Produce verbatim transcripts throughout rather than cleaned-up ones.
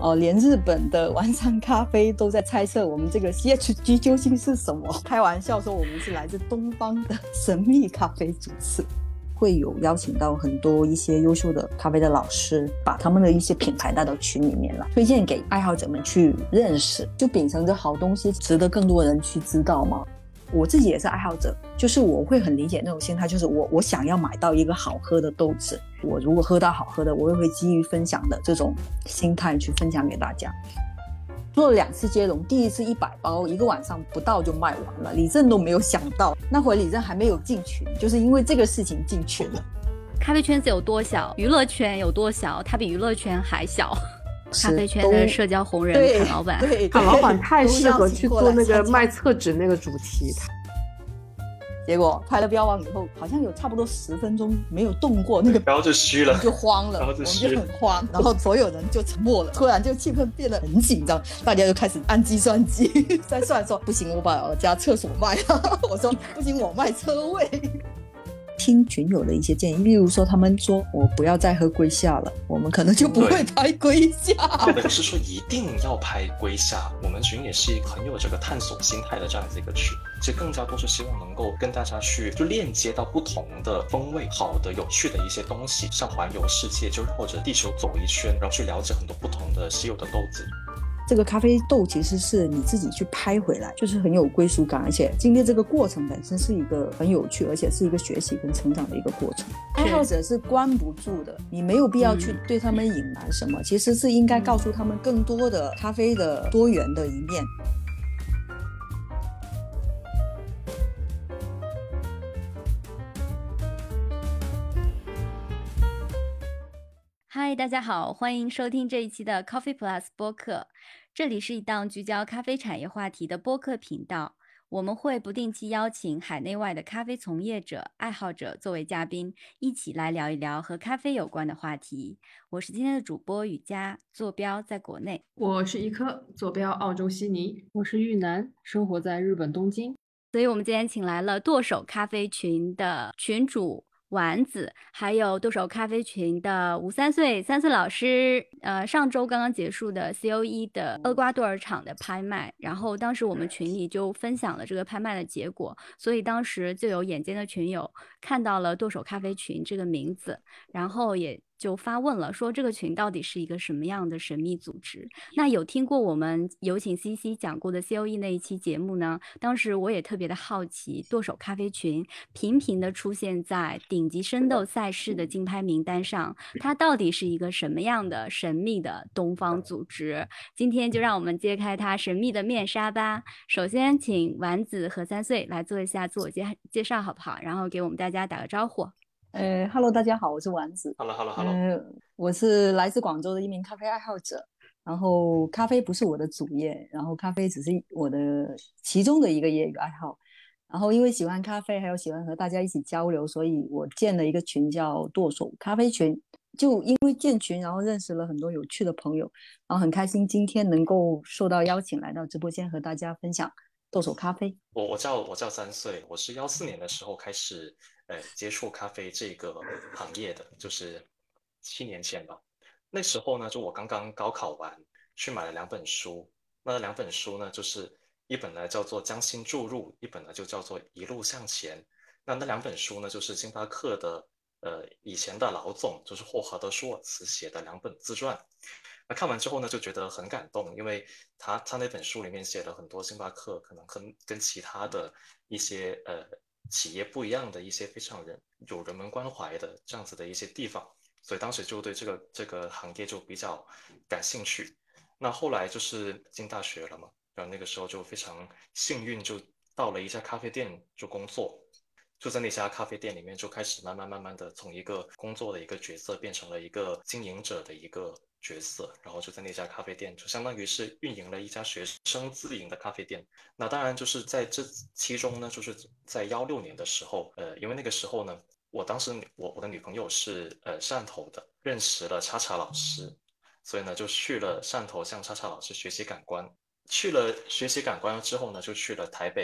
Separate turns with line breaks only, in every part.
哦，连日本的晚餐咖啡都在猜测我们这个 C H G 究竟是什么，开玩笑说我们是来自东方的神秘咖啡主次。会有邀请到很多一些优秀的咖啡的老师，把他们的一些品牌带到群里面来，推荐给爱好者们去认识，就秉承着好东西值得更多人去知道嘛。我自己也是爱好者，就是我会很理解那种心态，就是我我想要买到一个好喝的豆子，我如果喝到好喝的，我也会基于分享的这种心态去分享给大家。做了两次接龙，第一次一百包，一个晚上不到就卖完了。李正都没有想到，那会李正还没有进群，就是因为这个事情进群了。
咖啡圈子有多小，娱乐圈有多小，它比娱乐圈还小。咖啡圈的社交红人侃老板，
侃老板太适合去做那个卖厕纸那个主题。
结果拍了标王以后，好像有差不多十分钟没有动过那个，
然后就虚了，
就慌了，我们就很慌，然后所有人就沉默了，突然就气氛变得很紧张，大家就开始按计算机在算说，不行，我把我家厕所卖了，我说不行，我卖车位。听群友的一些建议，例如说他们说我不要再喝龟下了，我们可能就不会拍龟下。
不是说一定要拍龟下，我们群也是一个很有这个探索心态的这样子一个群，其实更加多是希望能够跟大家去就链接到不同的风味好的有趣的一些东西，像环游世界，就或者地球走一圈，然后去了解很多不同的稀有的豆子。
这个咖啡豆其实是你自己去拍回来，就是很有归属感，而且经历这个过程本身是一个很有趣，而且是一个学习跟成长的一个过程。爱好者是关不住的，你没有必要去对他们隐瞒什么，嗯、其实是应该告诉他们更多的咖啡的多元的一面。
嗨，大家好，欢迎收听这一期的 Coffee Plus 播客。这里是一档聚焦咖啡产业话题的播客频道，我们会不定期邀请海内外的咖啡从业者、爱好者作为嘉宾，一起来聊一聊和咖啡有关的话题。我是今天的主播雨佳，坐标在国内。
我是一颗，坐标澳洲悉尼。
我是玉南，生活在日本东京。
所以我们今天请来了剁手咖啡群的群主丸子，还有剁手咖啡群的吴三岁三岁老师。呃，上周刚刚结束的 C O E 的厄瓜多尔场的拍卖，然后当时我们群里就分享了这个拍卖的结果，所以当时就有眼尖的群友看到了剁手咖啡群这个名字，然后也就发问了，说这个群到底是一个什么样的神秘组织。那有听过我们有请 C C 讲过的 C O E 那一期节目呢，当时我也特别的好奇，剁手咖啡群频频的出现在顶级生豆赛事的竞拍名单上，它到底是一个什么样的神秘的东方组织？今天就让我们揭开它神秘的面纱吧。首先请丸子和三岁来做一下自我介介绍好不好，然后给我们大家打个招呼。
呃 ，Hello， 大家好，我是丸子。
Hello，Hello，Hello。
呃，我是来自广州的一名咖啡爱好者。然后咖啡不是我的主业，然后咖啡只是我的其中的一个业余爱好。然后因为喜欢咖啡，还有喜欢和大家一起交流，所以我建了一个群叫剁手咖啡群。就因为建群，然后认识了很多有趣的朋友，然后很开心今天能够受到邀请来到直播间和大家分享剁手咖啡。
我我叫我叫三岁，我是幺四年的时候开始呃接触咖啡这个行业的，就是七年前吧。那时候呢，就我刚刚高考完，去买了两本书。那两本书呢，就是一本呢叫做《将心注入》，一本呢就叫做《一路向前》。那那两本书呢，就是星巴克的呃以前的老总，就是霍华德·舒尔茨写的两本自传。那看完之后呢，就觉得很感动，因为他他那本书里面写了很多星巴克可能跟跟其他的一些呃企业不一样的一些非常人有人文关怀的这样子的一些地方，所以当时就对这个这个行业就比较感兴趣。那后来就是进大学了嘛，然后那个时候就非常幸运，就到了一家咖啡店就工作。就在那家咖啡店里面，就开始慢慢慢慢的从一个工作的一个角色变成了一个经营者的一个角色，然后就在那家咖啡店就相当于是运营了一家学生自营的咖啡店。那当然就是在这其中呢，就是在幺六年的时候，呃，因为那个时候呢，我当时我我的女朋友是呃汕头的，认识了叉叉老师，所以呢就去了汕头向叉叉老师学习感官。去了学习感官之后呢，就去了台北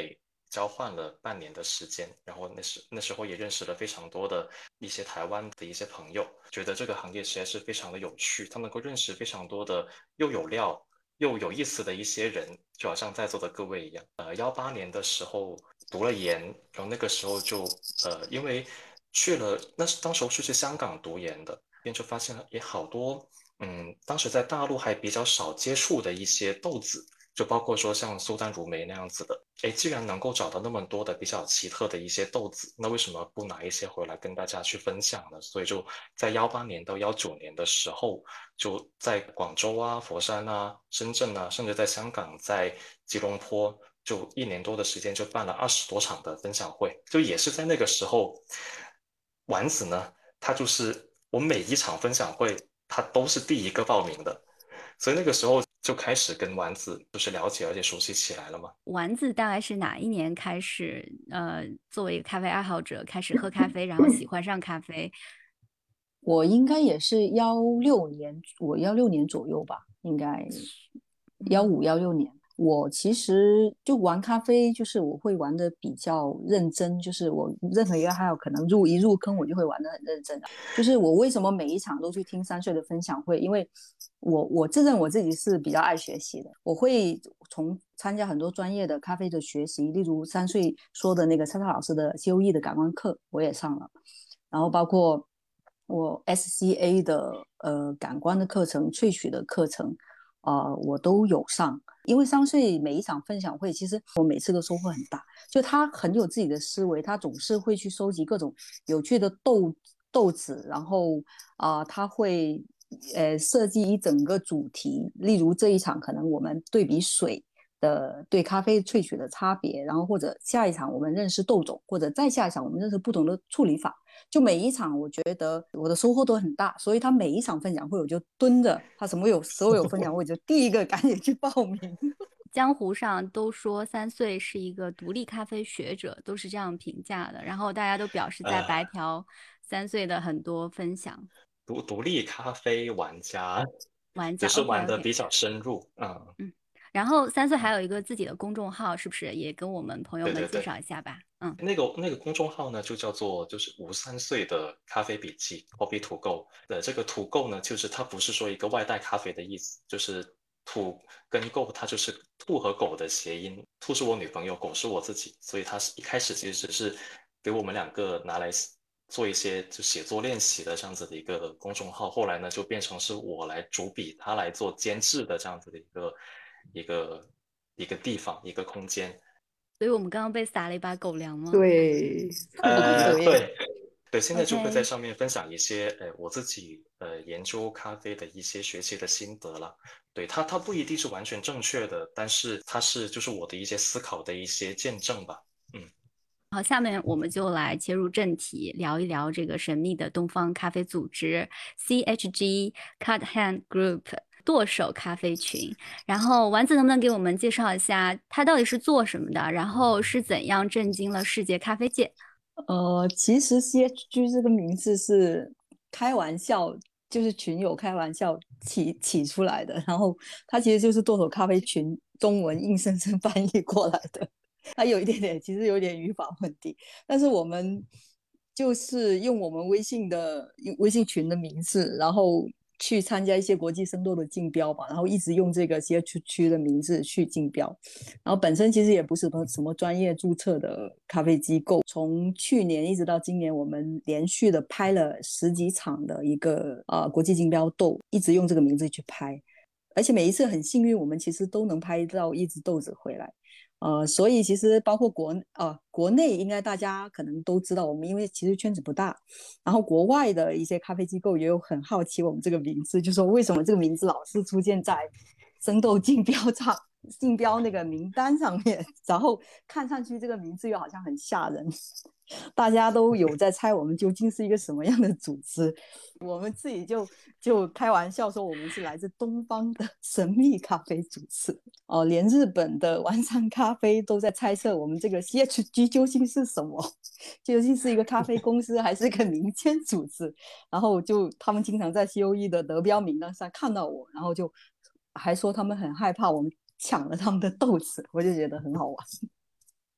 交换了半年的时间，然后那时那时候也认识了非常多的一些台湾的一些朋友，觉得这个行业实在是非常的有趣，他能够认识非常多的又有料又有意思的一些人，就好像在座的各位一样。呃，幺八年的时候读了研，然后那个时候就呃，因为去了，那是当时候是去香港读研的，便就发现了也好多，嗯，当时在大陆还比较少接触的一些豆子。就包括说像苏丹乳梅那样子的，哎，既然能够找到那么多的比较奇特的一些豆子，那为什么不拿一些回来跟大家去分享呢？所以就在幺八年到幺九年的时候，就在广州啊、佛山啊、深圳啊，甚至在香港、在吉隆坡，就一年多的时间就办了二十多场的分享会，就也是在那个时候，丸子呢，他就是我每一场分享会，他都是第一个报名的。所以那个时候就开始跟丸子就是了解而且熟悉起来了嘛。
丸子大概是哪一年开始，呃，作为一个咖啡爱好者开始喝咖啡，然后喜欢上咖啡？
我应该也是幺六年，我幺六年左右吧，应该幺五幺六年。我其实就玩咖啡，就是我会玩的比较认真，就是我任何一个爱好可能入一入坑，我就会玩的很认真。就是我为什么每一场都去听三岁的分享会，因为我我自认我自己是比较爱学习的，我会从参加很多专业的咖啡的学习，例如三岁说的那个蔡蔡老师的 C O E 的感官课，我也上了，然后包括我 S C A 的呃感官的课程、萃取的课程，呃，我都有上。因为三岁每一场分享会，其实我每次都收获很大。就他很有自己的思维，他总是会去收集各种有趣的豆豆子，然后啊、呃，他会呃设计一整个主题。例如这一场可能我们对比水的对咖啡萃取的差别，然后或者下一场我们认识豆种，或者再下一场我们认识不同的处理法。就每一场我觉得我的收获都很大，所以他每一场分享会我就蹲着，他什么有所有分享会就第一个赶紧去报名。
江湖上都说三岁是一个独立咖啡学者，都是这样评价的。然后大家都表示在白
呃，
嫖三岁的很多分享。
独独立咖啡玩家，
玩家，OK
只是玩的
OK，
比较深入。嗯，
嗯。然后三岁还有一个自己的公众号，是不是也跟我们朋友们介
对对对，
绍一下吧？嗯。
那个那个公众号呢，就叫做就是吴三岁的咖啡笔记 （Hobby to Go） 的这个 to go 呢，就是它不是说一个外带咖啡的意思，就是 to 跟 go 它就是兔和狗的谐音，兔是我女朋友，狗是我自己，所以它是一开始其实只是给我们两个拿来做一些就写作练习的这样子的一个公众号，后来呢就变成是我来主笔，他来做监制的这样子的一个一个一个地方一个空间。
所以我们刚刚被撒了一把狗粮吗
对，
呃，
对，
对，对，现在就会在
？OK，
上面分享一些，呃，我自己呃研究咖啡的一些学习的心得了。对，它它不一定是完全正确的，但是它是就是我的一些思考的一些见证吧。嗯，
好，下面我们就来切入正题，聊一聊这个神秘的东方咖啡组织 C H G Cut Hand Group 剁手咖啡群。然后丸子能不能给我们介绍一下它到底是做什么的？然后是怎样震惊了世界咖啡界？
呃，其实 C H G 这个名字是开玩笑，就是群友开玩笑起起出来的，然后它其实就是剁手咖啡群中文硬生生翻译过来的。它有一点点，其实有点语法问题，但是我们就是用我们微信的微信群的名字，然后去参加一些国际生豆的竞标吧，然后一直用这个 C H G 的名字去竞标。然后本身其实也不是什么专业注册的咖啡机构，从去年一直到今年，我们连续的拍了十几场的一个呃国际竞标豆，一直用这个名字去拍，而且每一次很幸运，我们其实都能拍到一只豆子回来。呃，所以其实包括国呃国内，应该大家可能都知道我们，因为其实圈子不大。然后国外的一些咖啡机构也有很好奇我们这个名字，就说为什么这个名字老是出现在生豆竞标上、竞标那个名单上面，然后看上去这个名字又好像很吓人。大家都有在猜我们究竟是一个什么样的组织，我们自己就就开玩笑说我们是来自东方的神秘咖啡组织哦，连日本的丸山咖啡都在猜测我们这个 C H G 究竟是什么，究竟是一个咖啡公司还是一个民间组织。然后就他们经常在 C O E 的得标名单上看到我，然后就还说他们很害怕我们抢了他们的豆子，我就觉得很好玩。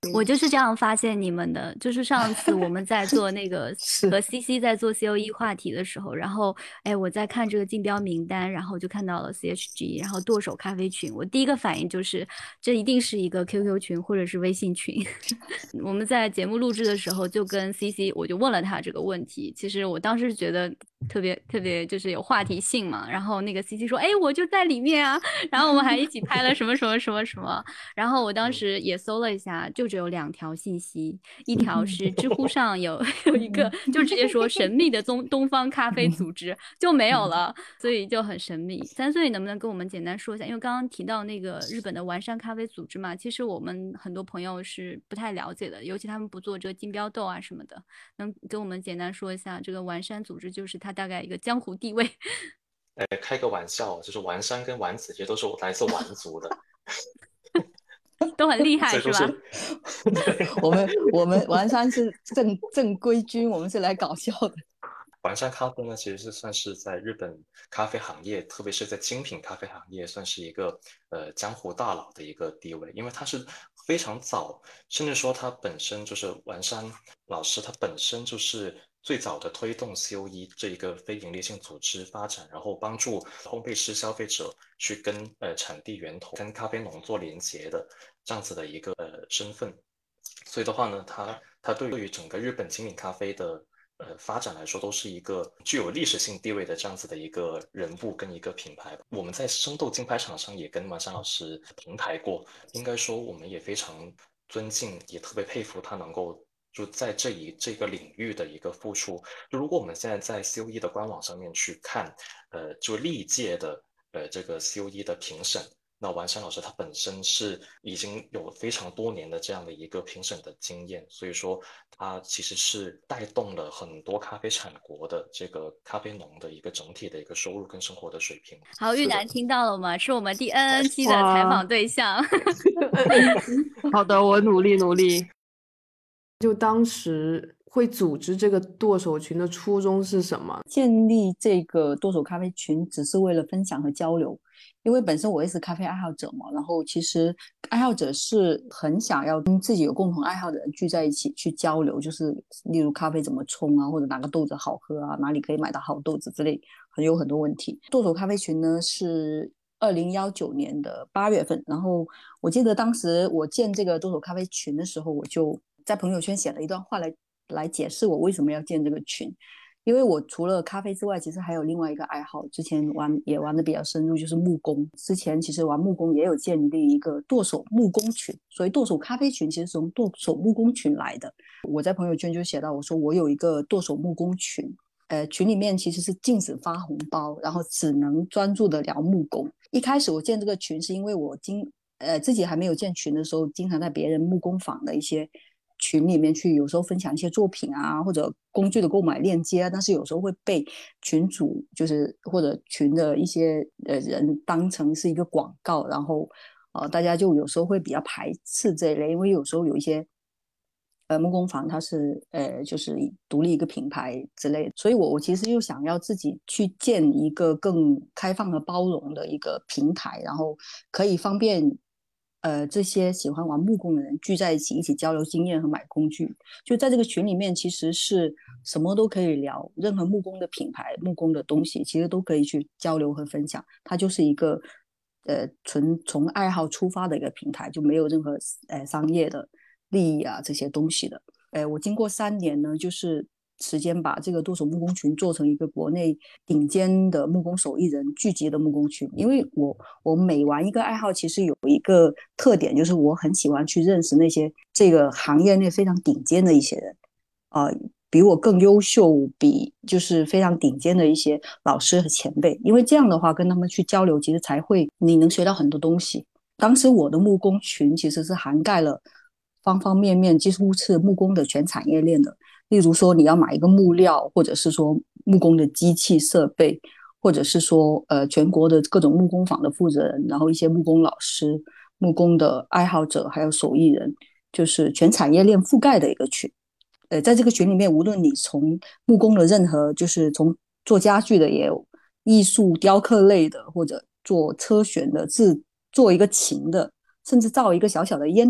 我就是这样发现你们的，就是上次我们在做那个和 C C 在做 C O E 话题的时候，然后哎我在看这个竞标名单，然后就看到了 C H G， 然后剁手咖啡群，我第一个反应就是这一定是一个 Q Q 群或者是微信群。我们在节目录制的时候就跟 C C 我就问了他这个问题，其实我当时觉得特别特别就是有话题性嘛，然后那个 C C 说哎我就在里面啊，然后我们还一起拍了什么什么什么什么，然后我当时也搜了一下，就只有两条信息，一条是知乎上有有一个就直接说神秘的东东方咖啡组织就没有了，所以就很神秘。三岁能不能跟我们简单说一下？因为刚刚提到那个日本的丸山咖啡组织嘛，其实我们很多朋友是不太了解的，尤其他们不做这个竞标豆啊什么的，能跟我们简单说一下这个丸山组织就是它大概一个江湖地位？
呃，开个玩笑，就是丸山跟丸子其实都是来自丸族的。
都很厉害是吧？
我们我们丸山是正正规军，我们是来搞笑的。
丸山咖啡呢，其实是算是在日本咖啡行业，特别是在精品咖啡行业，算是一个呃江湖大佬的一个地位，因为它是非常早，甚至说它本身就是丸山老师，他本身就是最早的推动 C O E 这一个非营利性组织发展，然后帮助烘焙师消费者去跟呃产地源头、跟咖啡农做连接的这样子的一个呃身份。所以的话呢，他他对于整个日本精品咖啡的呃发展来说，都是一个具有历史性地位的这样子的一个人物跟一个品牌。我们在生豆竞拍场上也跟丸山老师同台过，应该说我们也非常尊敬，也特别佩服他能够就在这一这个领域的一个付出。就如果我们现在在 C O E 的官网上面去看，呃，就历届的呃这个 C O E 的评审。那丸山老师他本身是已经有非常多年的这样的一个评审的经验，所以说他其实是带动了很多咖啡产国的这个咖啡农的一个整体的一个收入跟生活的水平。
好，玉楠听到了吗？是我们第 N N 期的采访对象。
好的，我努力努力。就当时会组织这个剁手群的初衷是什么？
建立这个剁手咖啡群只是为了分享和交流，因为本身我也是咖啡爱好者嘛，然后其实爱好者是很想要跟自己有共同爱好的人聚在一起去交流，就是例如咖啡怎么冲啊，或者哪个豆子好喝啊，哪里可以买到好豆子之类，很有很多问题。剁手咖啡群呢是二零一九年的八月份，然后我记得当时我建这个剁手咖啡群的时候，我就在朋友圈写了一段话来来解释我为什么要建这个群。因为我除了咖啡之外，其实还有另外一个爱好，之前玩也玩的比较深入，就是木工。之前其实玩木工也有建立一个剁手木工群，所以剁手咖啡群其实是从剁手木工群来的。我在朋友圈就写到，我说我有一个剁手木工群，呃，群里面其实是禁止发红包，然后只能专注的聊木工。一开始我建这个群是因为我经呃自己还没有建群的时候，经常在别人木工坊的一些群里面去，有时候分享一些作品啊，或者工具的购买链接啊，但是有时候会被群主就是或者群的一些呃人当成是一个广告，然后呃大家就有时候会比较排斥这一类，因为有时候有一些呃木工坊它是呃就是独立一个品牌之类的，所以我我其实又想要自己去建一个更开放和包容的一个平台，然后可以方便呃，这些喜欢玩木工的人聚在一起，一起交流经验和买工具。就在这个群里面，其实是什么都可以聊，任何木工的品牌、木工的东西，其实都可以去交流和分享。它就是一个呃纯从爱好出发的一个平台，就没有任何呃商业的利益啊这些东西的。呃，我经过三年呢，就是时间把这个剁手木工群做成一个国内顶尖的木工手艺人聚集的木工群。因为我我每玩一个爱好，其实有一个特点，就是我很喜欢去认识那些这个行业内非常顶尖的一些人，呃，比我更优秀，比就是非常顶尖的一些老师和前辈。因为这样的话，跟他们去交流，其实才会你能学到很多东西。当时我的木工群其实是涵盖了方方面面，几乎是木工的全产业链的。例如说你要买一个木料，或者是说木工的机器设备，或者是说呃全国的各种木工坊的负责人，然后一些木工老师、木工的爱好者，还有手艺人，就是全产业链覆盖的一个群。呃，在这个群里面，无论你从木工的任何，就是从做家具的也有，艺术雕刻类的，或者做车旋的，制做一个琴的，甚至造一个小小的烟斗，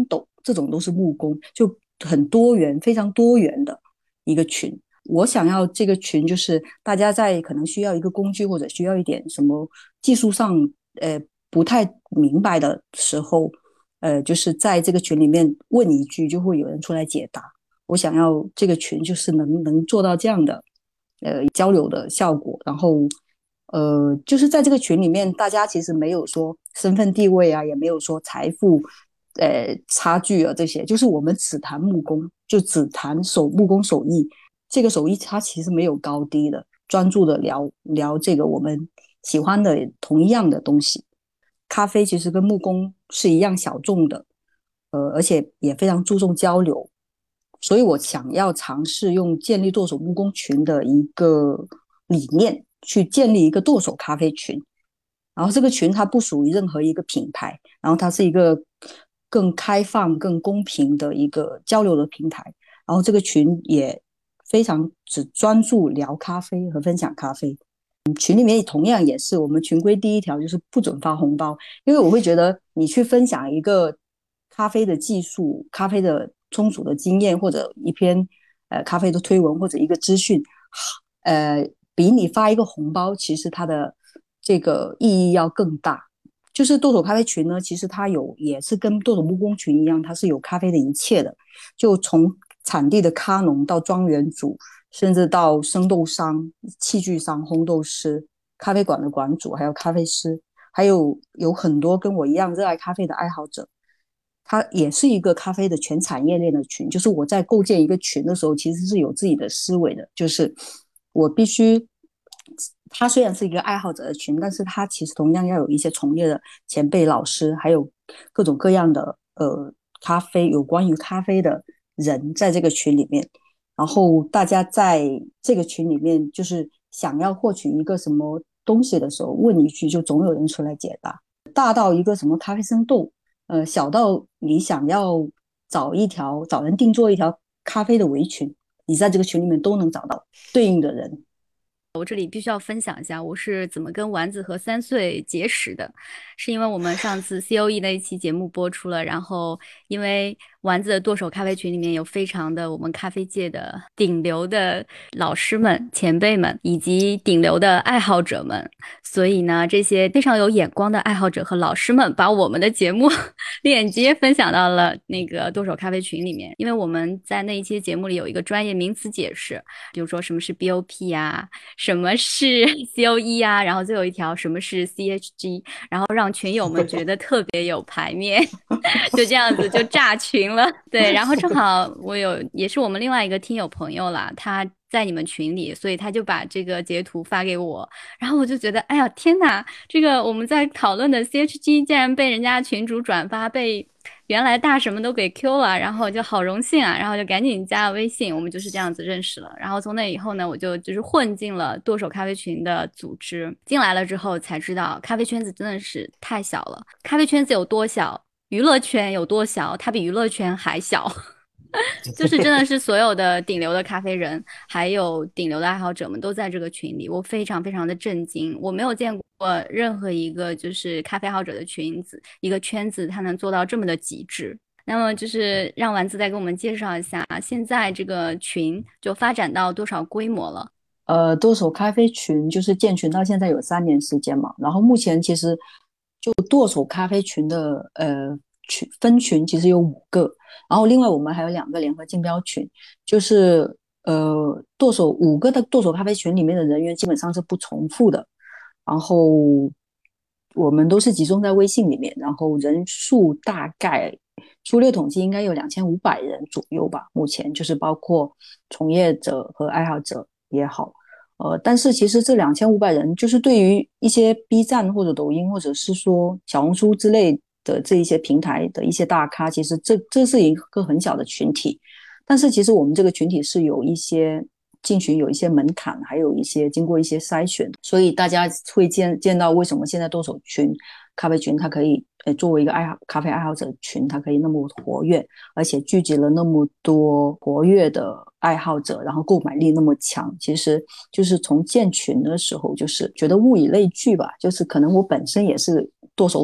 这种都是木工，就很多元，非常多元的一个群。我想要这个群，就是大家在可能需要一个工具或者需要一点什么技术上呃不太明白的时候，呃，就是在这个群里面问一句，就会有人出来解答。我想要这个群就是能能做到这样的呃交流的效果，然后呃就是在这个群里面，大家其实没有说身份地位啊，也没有说财富呃差距啊这些，就是我们只谈木工，就只谈手木工手艺。这个手艺它其实没有高低的，专注的聊聊这个我们喜欢的同一样的东西。咖啡其实跟木工是一样小众的，呃，而且也非常注重交流，所以我想要尝试用建立剁手木工群的一个理念，去建立一个剁手咖啡群。然后这个群它不属于任何一个品牌，然后它是一个更开放、更公平的一个交流的平台。然后这个群也非常只专注聊咖啡和分享咖啡。群里面同样也是我们群规第一条就是不准发红包，因为我会觉得你去分享一个咖啡的技术、咖啡的冲煮的经验，或者一篇呃咖啡的推文或者一个资讯，呃，比你发一个红包，其实它的这个意义要更大。就是剁手咖啡群呢，其实它有也是跟剁手木工群一样，它是有咖啡的一切的，就从产地的咖农到庄园主，甚至到生豆商、器具商、烘豆师、咖啡馆的馆主，还有咖啡师，还有有很多跟我一样热爱咖啡的爱好者。它也是一个咖啡的全产业链的群。就是我在构建一个群的时候，其实是有自己的思维的，就是我必须，他虽然是一个爱好者的群，但是他其实同样要有一些从业的前辈老师，还有各种各样的呃咖啡有关于咖啡的人在这个群里面。然后大家在这个群里面，就是想要获取一个什么东西的时候，问一句就总有人出来解答。大到一个什么咖啡生豆，呃，小到你想要找一条找人定做一条咖啡的围裙，你在这个群里面都能找到对应的人。
我这里必须要分享一下我是怎么跟丸子和三岁结识的，是因为我们上次 C O E 那一期节目播出了，然后因为丸子的剁手咖啡群里面有非常的我们咖啡界的顶流的老师们、前辈们以及顶流的爱好者们，所以呢，这些非常有眼光的爱好者和老师们把我们的节目链接分享到了那个剁手咖啡群里面。因为我们在那一期节目里有一个专业名词解释，比如说什么是 B O P 啊，什么是 C O E 啊，然后最后一条什么是 C H G， 然后让群友们觉得特别有排面就这样子就炸群了。对，然后正好我有也是我们另外一个听友朋友啦，他在你们群里，所以他就把这个截图发给我，然后我就觉得哎呀天哪，这个我们在讨论的 C H G 竟然被人家群主转发，被原来大什么都给 Q 了，然后就好荣幸啊，然后就赶紧加了微信，我们就是这样子认识了。然后从那以后呢，我就就是混进了剁手咖啡群的组织。进来了之后才知道，咖啡圈子真的是太小了。咖啡圈子有多小，娱乐圈有多小，它比娱乐圈还小。就是真的是所有的顶流的咖啡人，还有顶流的爱好者们都在这个群里，我非常非常的震惊。我没有见过任何一个就是咖啡爱好者的群子，一个圈子，它能做到这么的极致。那么就是让丸子再给我们介绍一下，现在这个群就发展到多少规模了？
呃，剁手咖啡群就是建群到现在有三年时间嘛，然后目前其实就剁手咖啡群的呃群分群其实有五个，然后另外我们还有两个联合竞标群，就是呃剁手五个的剁手咖啡群里面的人员基本上是不重复的，然后我们都是集中在微信里面，然后人数大概粗略统计应该有两千五百人左右吧，目前就是包括从业者和爱好者也好。呃，但是其实这两千五百人，就是对于一些 B 站或者抖音或者是说小红书之类的这一些平台的一些大咖，其实这这是一个很小的群体。但是其实我们这个群体是有一些进群有一些门槛，还有一些经过一些筛选，所以大家会见见到为什么现在剁手群咖啡群它可以呃作为一个爱好咖啡爱好者群，它可以那么活跃，而且聚集了那么多活跃的爱好者，然后购买力那么强。其实就是从建群的时候就是觉得物以类聚吧，就是可能我本身也是剁手党，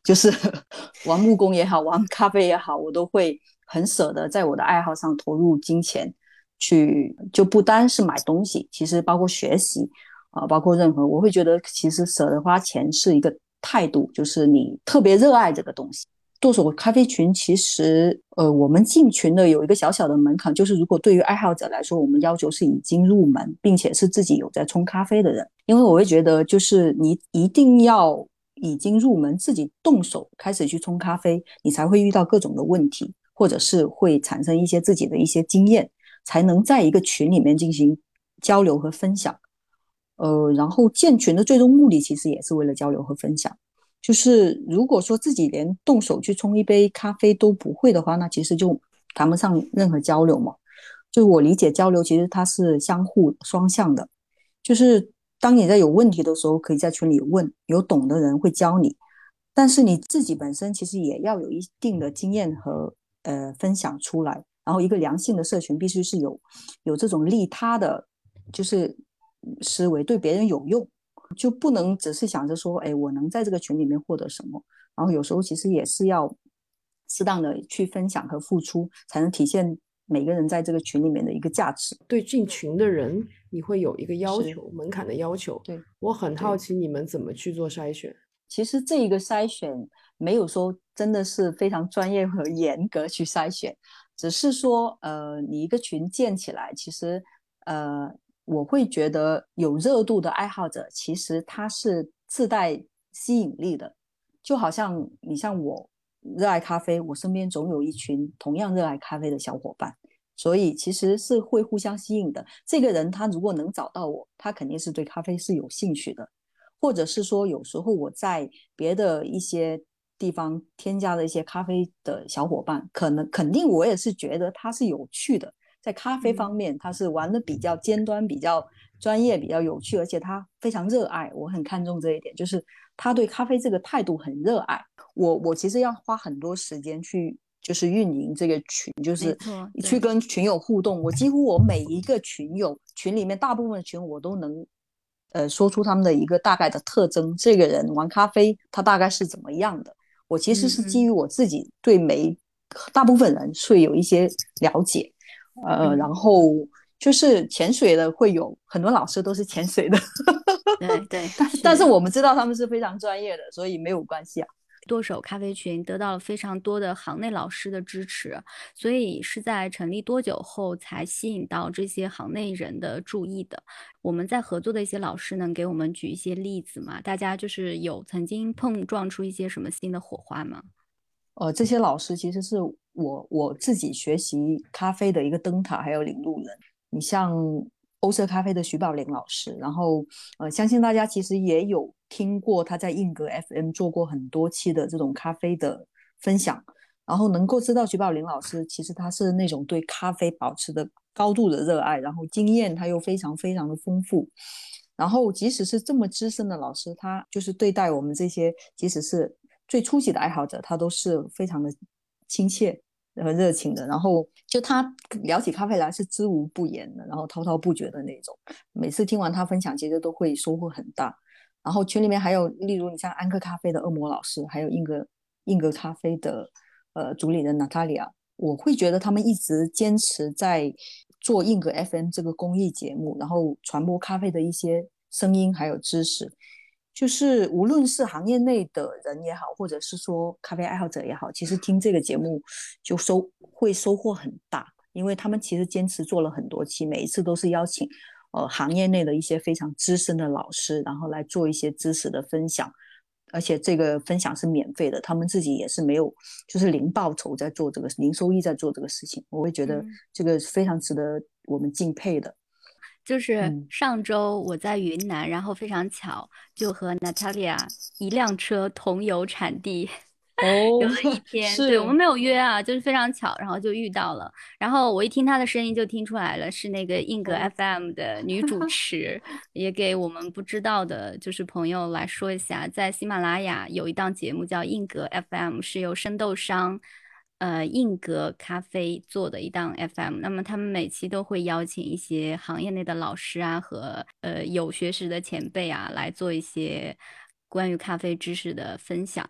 就是玩木工也好，玩咖啡也好，我都会很舍得在我的爱好上投入金钱去，就不单是买东西，其实包括学习啊、呃包括任何，我会觉得其实舍得花钱是一个态度，就是你特别热爱这个东西。剁手咖啡群其实，呃，我们进群的有一个小小的门槛，就是如果对于爱好者来说，我们要求是已经入门，并且是自己有在冲咖啡的人，因为我会觉得，就是你一定要已经入门，自己动手开始去冲咖啡，你才会遇到各种的问题，或者是会产生一些自己的一些经验，才能在一个群里面进行交流和分享。呃，然后建群的最终目的其实也是为了交流和分享。就是如果说自己连动手去冲一杯咖啡都不会的话，那其实就谈不上任何交流嘛。就我理解交流其实它是相互双向的，就是当你在有问题的时候，可以在群里问，有懂的人会教你，但是你自己本身其实也要有一定的经验和呃分享出来。然后一个良性的社群必须是有有这种利他的，就是思维，对别人有用，就不能只是想着说，哎，我能在这个群里面获得什么。然后有时候其实也是要适当的去分享和付出，才能体现每个人在这个群里面的一个价值。
对进群的人，你会有一个要
是
求，门槛的要求。
对，
我很好
对
奇你们怎么去做筛选。
其实这一个筛选没有说真的是非常专业和严格去筛选，只是说呃，你一个群建起来，其实呃，我会觉得有热度的爱好者，其实他是自带吸引力的。就好像你像我热爱咖啡，我身边总有一群同样热爱咖啡的小伙伴，所以其实是会互相吸引的。这个人他如果能找到我，他肯定是对咖啡是有兴趣的。或者是说有时候我在别的一些地方添加了一些咖啡的小伙伴，可能肯定我也是觉得他是有趣的，在咖啡方面他是玩的比较尖端，比较专业，比较有趣，而且他非常热爱，我很看重这一点，就是他对咖啡这个态度很热爱。我我其实要花很多时间去就是运营这个群，就是去跟群友互动。我几乎我每一个群友群里面大部分的群我都能呃说出他们的一个大概的特征，这个人玩咖啡他大概是怎么样的。我其实是基于我自己对每大部分人是有一些了解，呃，然后就是潜水的会有很多老师都是潜水的，
对对，
但但是我们知道他们是非常专业的，所以没有关系啊。
剁手咖啡群得到了非常多的行内老师的支持，所以是在成立多久后才吸引到这些行内人的注意的。我们在合作的一些老师能给我们举一些例子吗？大家就是有曾经碰撞出一些什么新的火花吗？
呃，这些老师其实是我我自己学习咖啡的一个灯塔还有领路人。你像欧式咖啡的徐宝林老师，然后呃，相信大家其实也有听过他在硬格 F M 做过很多期的这种咖啡的分享，然后能够知道徐宝林老师其实他是那种对咖啡保持的高度的热爱，然后经验他又非常非常的丰富。然后即使是这么资深的老师，他就是对待我们这些即使是最初级的爱好者，他都是非常的亲切和热情的。然后就他聊起咖啡来是知无不言的，然后滔滔不绝的那种。每次听完他分享，其实都会收获很大。然后群里面还有，例如你像安克咖啡的恶魔老师，还有硬格硬格咖啡的呃主理人娜塔莉亚，我会觉得他们一直坚持在做硬格 F M 这个公益节目，然后传播咖啡的一些声音还有知识。就是无论是行业内的人也好，或者是说咖啡爱好者也好，其实听这个节目就收会收获很大，因为他们其实坚持做了很多期，每一次都是邀请呃行业内的一些非常资深的老师，然后来做一些知识的分享，而且这个分享是免费的，他们自己也是没有就是零报酬在做这个零收益在做这个事情，我会觉得这个非常值得我们敬佩的。
就是上周我在云南，然后非常巧就和 Natalia 一辆车同游产地
哦，
有了一天，对，我们没有约啊，就是非常巧，然后就遇到了。然后我一听她的声音就听出来了，是那个硬格 F M 的女主持。也给我们不知道的就是朋友来说一下，在喜马拉雅有一档节目叫硬格 F M， 是由生豆商呃，硬格咖啡做的一档 F M， 那么他们每期都会邀请一些行业内的老师啊和呃有学识的前辈啊来做一些关于咖啡知识的分享。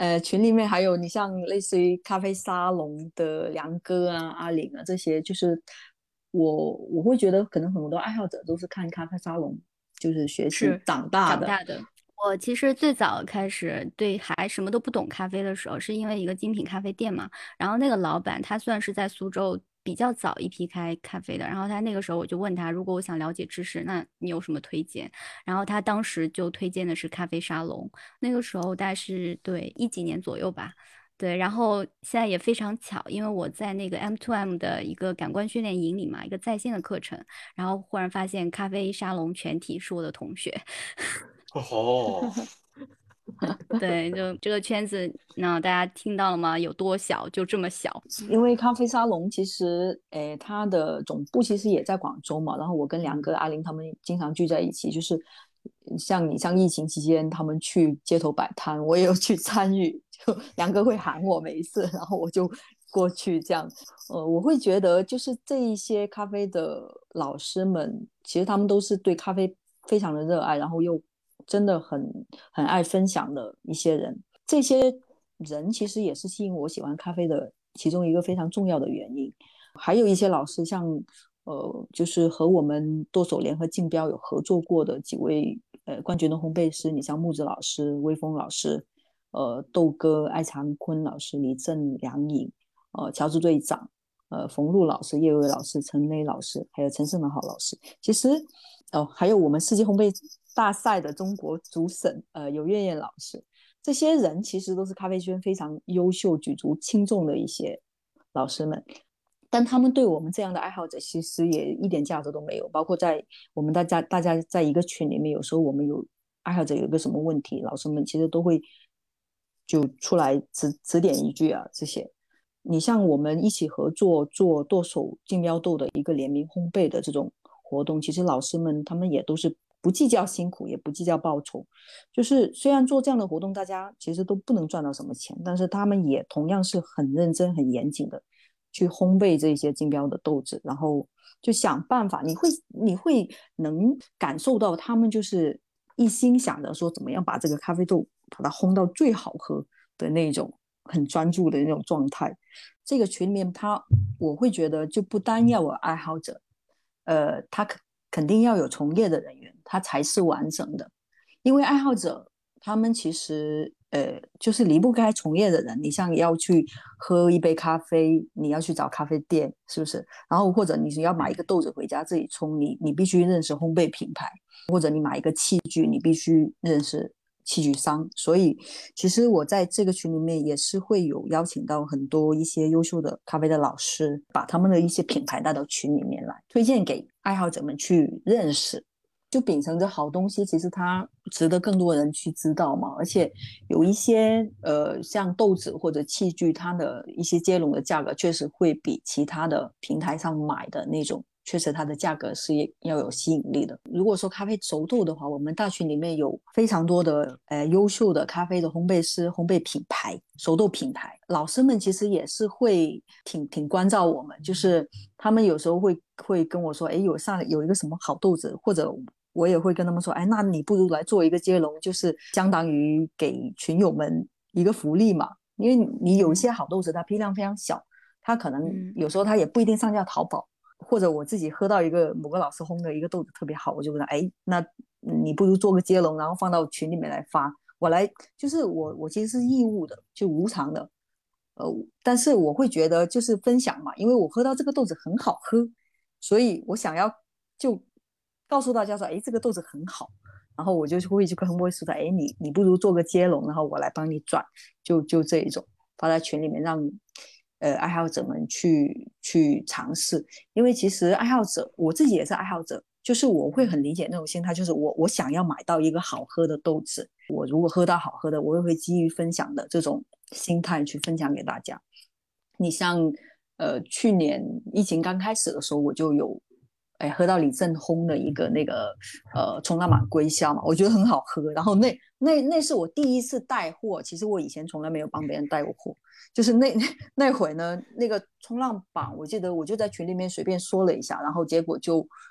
呃，群里面还有你像类似于咖啡沙龙的梁哥啊、阿玲啊这些，就是我我会觉得可能很多爱好者都是看咖啡沙龙就是学习
是
长大的。
长大的。我其实最早开始对还什么都不懂咖啡的时候，是因为一个精品咖啡店嘛。然后那个老板他算是在苏州比较早一批开咖啡的。然后他那个时候我就问他，如果我想了解知识，那你有什么推荐？然后他当时就推荐的是咖啡沙龙。那个时候大概是对一几年左右吧。对，然后现在也非常巧，因为我在那个 M to M 的一个感官训练营里嘛，一个在线的课程，然后忽然发现咖啡沙龙全体是我的同学。
哦，
对，就这个圈子，那大家听到了吗？有多小？就这么小。
因为咖啡沙龙其实，诶，它的总部其实也在广州嘛。然后我跟梁哥、阿玲他们经常聚在一起，就是像你像疫情期间，他们去街头摆摊，我也有去参与。就梁哥会喊我每一次，然后我就过去这样。呃，我会觉得就是这一些咖啡的老师们，其实他们都是对咖啡非常的热爱，然后又真的很很爱分享的一些人。这些人其实也是吸引我喜欢咖啡的其中一个非常重要的原因。还有一些老师像呃，就是和我们剁手联合竞标有合作过的几位呃冠军的烘焙师，你像木子老师、微风老师、呃豆哥、艾长坤老师、李正、梁颖、呃乔治队长、呃冯路老师、叶伟老师、陈雷老师，还有陈胜豪老师。其实哦，还有我们世界烘焙大赛的中国主审呃有月燕老师。这些人其实都是咖啡圈非常优秀、举足轻重的一些老师们，但他们对我们这样的爱好者其实也一点价值都没有。包括在我们大家大家在一个群里面，有时候我们有爱好者有一个什么问题，老师们其实都会就出来指指点一句啊，这些。你像我们一起合作做剁手竞标豆的一个联名烘焙的这种活动，其实老师们他们也都是不计较辛苦，也不计较报酬。就是虽然做这样的活动，大家其实都不能赚到什么钱，但是他们也同样是很认真、很严谨的去烘焙这些竞标的豆子，然后就想办法，你会你会能感受到他们就是一心想着说怎么样把这个咖啡豆把它烘到最好喝的那种很专注的那种状态。这个群里面他我会觉得就不单要有爱好者，呃，他肯定要有从业的人员，他才是完整的。因为爱好者他们其实呃就是离不开从业的人。你像要去喝一杯咖啡，你要去找咖啡店，是不是？然后或者你要买一个豆子回家自己冲，你你必须认识烘焙品牌，或者你买一个器具，你必须认识器具商。所以其实我在这个群里面也是会有邀请到很多一些优秀的咖啡的老师，把他们的一些品牌带到群里面来推荐给爱好者们去认识。就秉承着好东西，其实它值得更多人去知道嘛。而且有一些呃，像豆子或者器具，它的一些接龙的价格确实会比其他的平台上买的那种，确实它的价格是要有吸引力的。如果说咖啡熟豆的话，我们大群里面有非常多的呃优秀的咖啡的烘焙师、烘焙品牌、熟豆品牌老师们，其实也是会挺挺关照我们，就是他们有时候会会跟我说，哎，有上有一个什么好豆子，或者我也会跟他们说，哎，那你不如来做一个接龙，就是相当于给群友们一个福利嘛。因为你有一些好豆子，它批量非常小，它可能有时候它也不一定上架淘宝，或者我自己喝到一个某个老师烘的一个豆子特别好，我就问他，哎，那你不如做个接龙，然后放到群里面来发，我来就是我我其实是义务的，就无偿的。呃，但是我会觉得就是分享嘛，因为我喝到这个豆子很好喝，所以我想要就告诉大家说，哎，这个豆子很好，然后我就会去跟他们说的，哎，你你不如做个接龙，然后我来帮你转，就就这一种发在群里面让呃爱好者们去去尝试。因为其实爱好者，我自己也是爱好者，就是我会很理解那种心态，就是我我想要买到一个好喝的豆子，我如果喝到好喝的，我也会基于分享的这种心态去分享给大家。你像呃去年疫情刚开始的时候，我就有哎喝到李正烘的一个那个呃冲浪板龟虾嘛，我觉得很好喝。然后那那那是我第一次带货，其实我以前从来没有帮别人带过货。就是那那会呢，那个冲浪板，我记得我就在群里面随便说了一下，然后结果就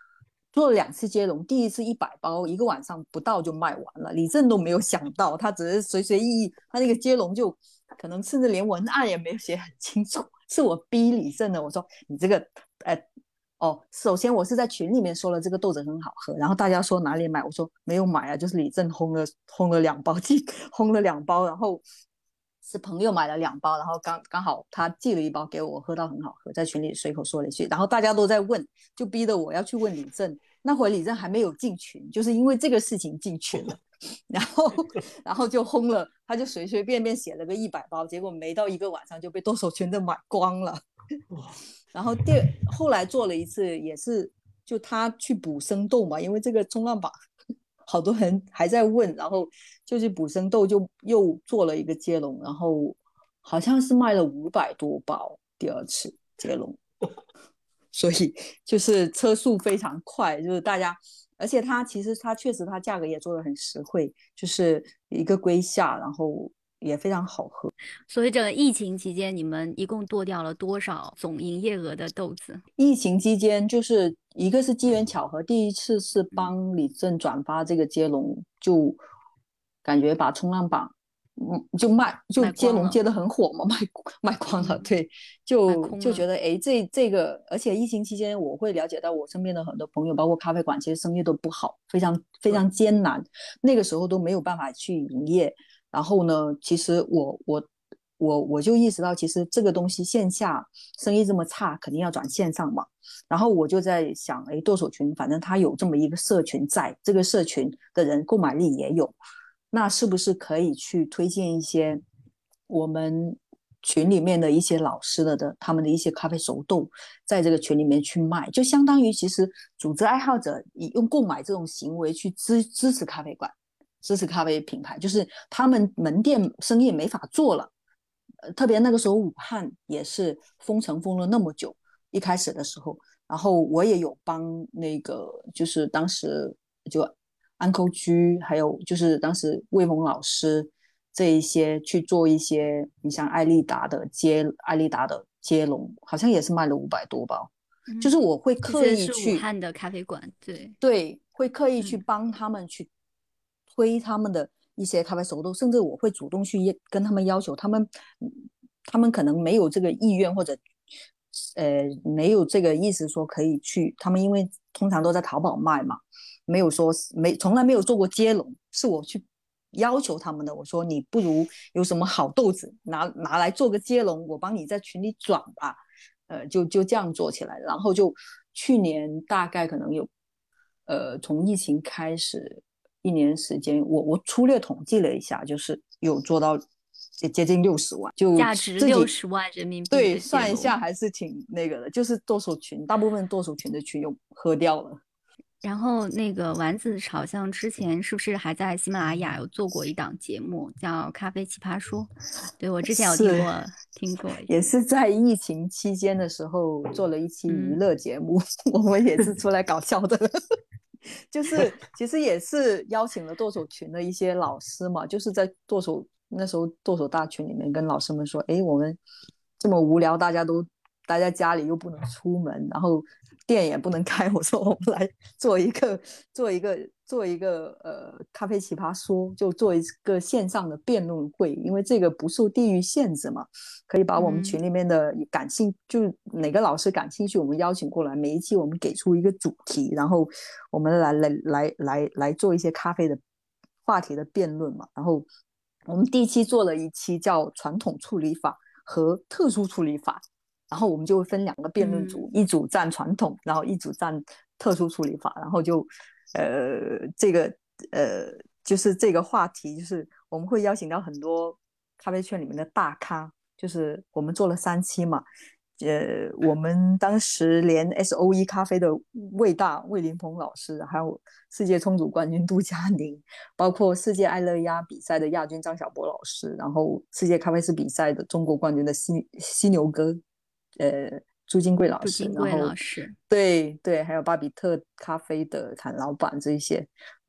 做了两次接龙，第一次一百包，一个晚上不到就卖完了。李正都没有想到，他只是随随意意，他那个接龙就可能甚至连文案也没有写很清楚，是我逼李正的。我说你这个，呃，哦，首先我是在群里面说了这个豆子很好喝，然后大家说哪里买，我说没有买啊，就是李正烘了烘了两包，寄烘了两包，然后是朋友买了两包，然后刚刚好他寄了一包给我，喝到很好喝，在群里随口说了一句，然后大家都在问，就逼得我要去问李正。那会李正还没有进群，就是因为这个事情进群了，然后然后就轰了，他就随随便便写了个一百包，结果没到一个晚上就被剁手群的买光了。然后第后来做了一次，也是就他去补生豆嘛，因为这个冲浪板好多人还在问，然后就去补生豆，就又做了一个接龙，然后好像是卖了五百多包，第二次接龙。所以就是车速非常快，就是大家，而且它其实它确实它价格也做得很实惠，就是一个龟下，然后也非常好喝。
所以整个疫情期间，你们一共剁掉了多少总营业额的豆子？
疫情期间就是一个是机缘巧合，第一次是帮李正转发这个接龙，就感觉把冲浪板嗯，就卖就接龙接的很火嘛，卖卖光了，对，就就觉得哎，这这个，而且疫情期间，我会了解到我身边的很多朋友，包括咖啡馆，其实生意都不好，非常非常艰难，那个时候都没有办法去营业。然后呢，其实我我我我就意识到，其实这个东西线下生意这么差，肯定要转线上嘛。然后我就在想，哎，剁手群，反正他有这么一个社群在，这个社群的人购买力也有。那是不是可以去推荐一些我们群里面的一些老师的的他们的一些咖啡熟豆，在这个群里面去卖，就相当于其实组织爱好者以用购买这种行为去支支持咖啡馆，支持咖啡品牌，就是他们门店生意没法做了。呃，特别那个时候武汉也是封城封了那么久，一开始的时候，然后我也有帮那个就是当时就安扣居，还有就是当时魏萌老师这一些去做一些，你像艾丽达的接艾丽达的接龙，好像也是卖了五百多包。嗯、就是我会刻意去
是武汉的咖啡馆，对
对，会刻意去帮他们去推他们的一些咖啡熟豆，甚至我会主动去跟他们要求，他们他们可能没有这个意愿或者呃没有这个意思说可以去，他们因为通常都在淘宝卖嘛。没有说没从来没有做过接龙，是我去要求他们的。我说你不如有什么好豆子拿拿来做个接龙，我帮你在群里转吧。呃，就就这样做起来，然后就去年大概可能有，呃，从疫情开始一年时间，我我粗略统计了一下，就是有做到接近六十万，就
价值六十万人民币。
对，算一下还是挺那个的，就是剁手群，大部分剁手群的群友喝掉了。
然后那个丸子好像之前是不是还在喜马拉雅有做过一档节目叫《咖啡奇葩说》？对，我之前有听过，听过，
也是在疫情期间的时候做了一期娱乐节目，嗯、我们也是出来搞笑的，就是其实也是邀请了剁手群的一些老师嘛，就是在剁手那时候剁手大群里面跟老师们说，哎，我们这么无聊，大家都待在家里又不能出门，然后。店也不能开，我说我们来做一个做一个做一个呃咖啡奇葩说，就做一个线上的辩论会，因为这个不受地域限制嘛，可以把我们群里面的感兴趣，嗯、就哪个老师感兴趣，我们邀请过来，每一期我们给出一个主题，然后我们来来来来来做一些咖啡的话题的辩论嘛。然后我们第一期做了一期叫传统处理法和特殊处理法。然后我们就会分两个辩论组，嗯、一组站传统，然后一组站特殊处理法，然后就呃这个呃就是这个话题，就是我们会邀请到很多咖啡圈里面的大咖，就是我们做了三期嘛，呃我们当时连 S O E 咖啡的魏大魏林鹏老师，还有世界冲煮冠军杜佳宁，包括世界爱乐压比赛的亚军张晓波老师，然后世界咖啡师比赛的中国冠军的犀犀牛哥。呃，朱金贵老师，
朱金贵老师，
对对，还有巴比特咖啡的坎老板这一些，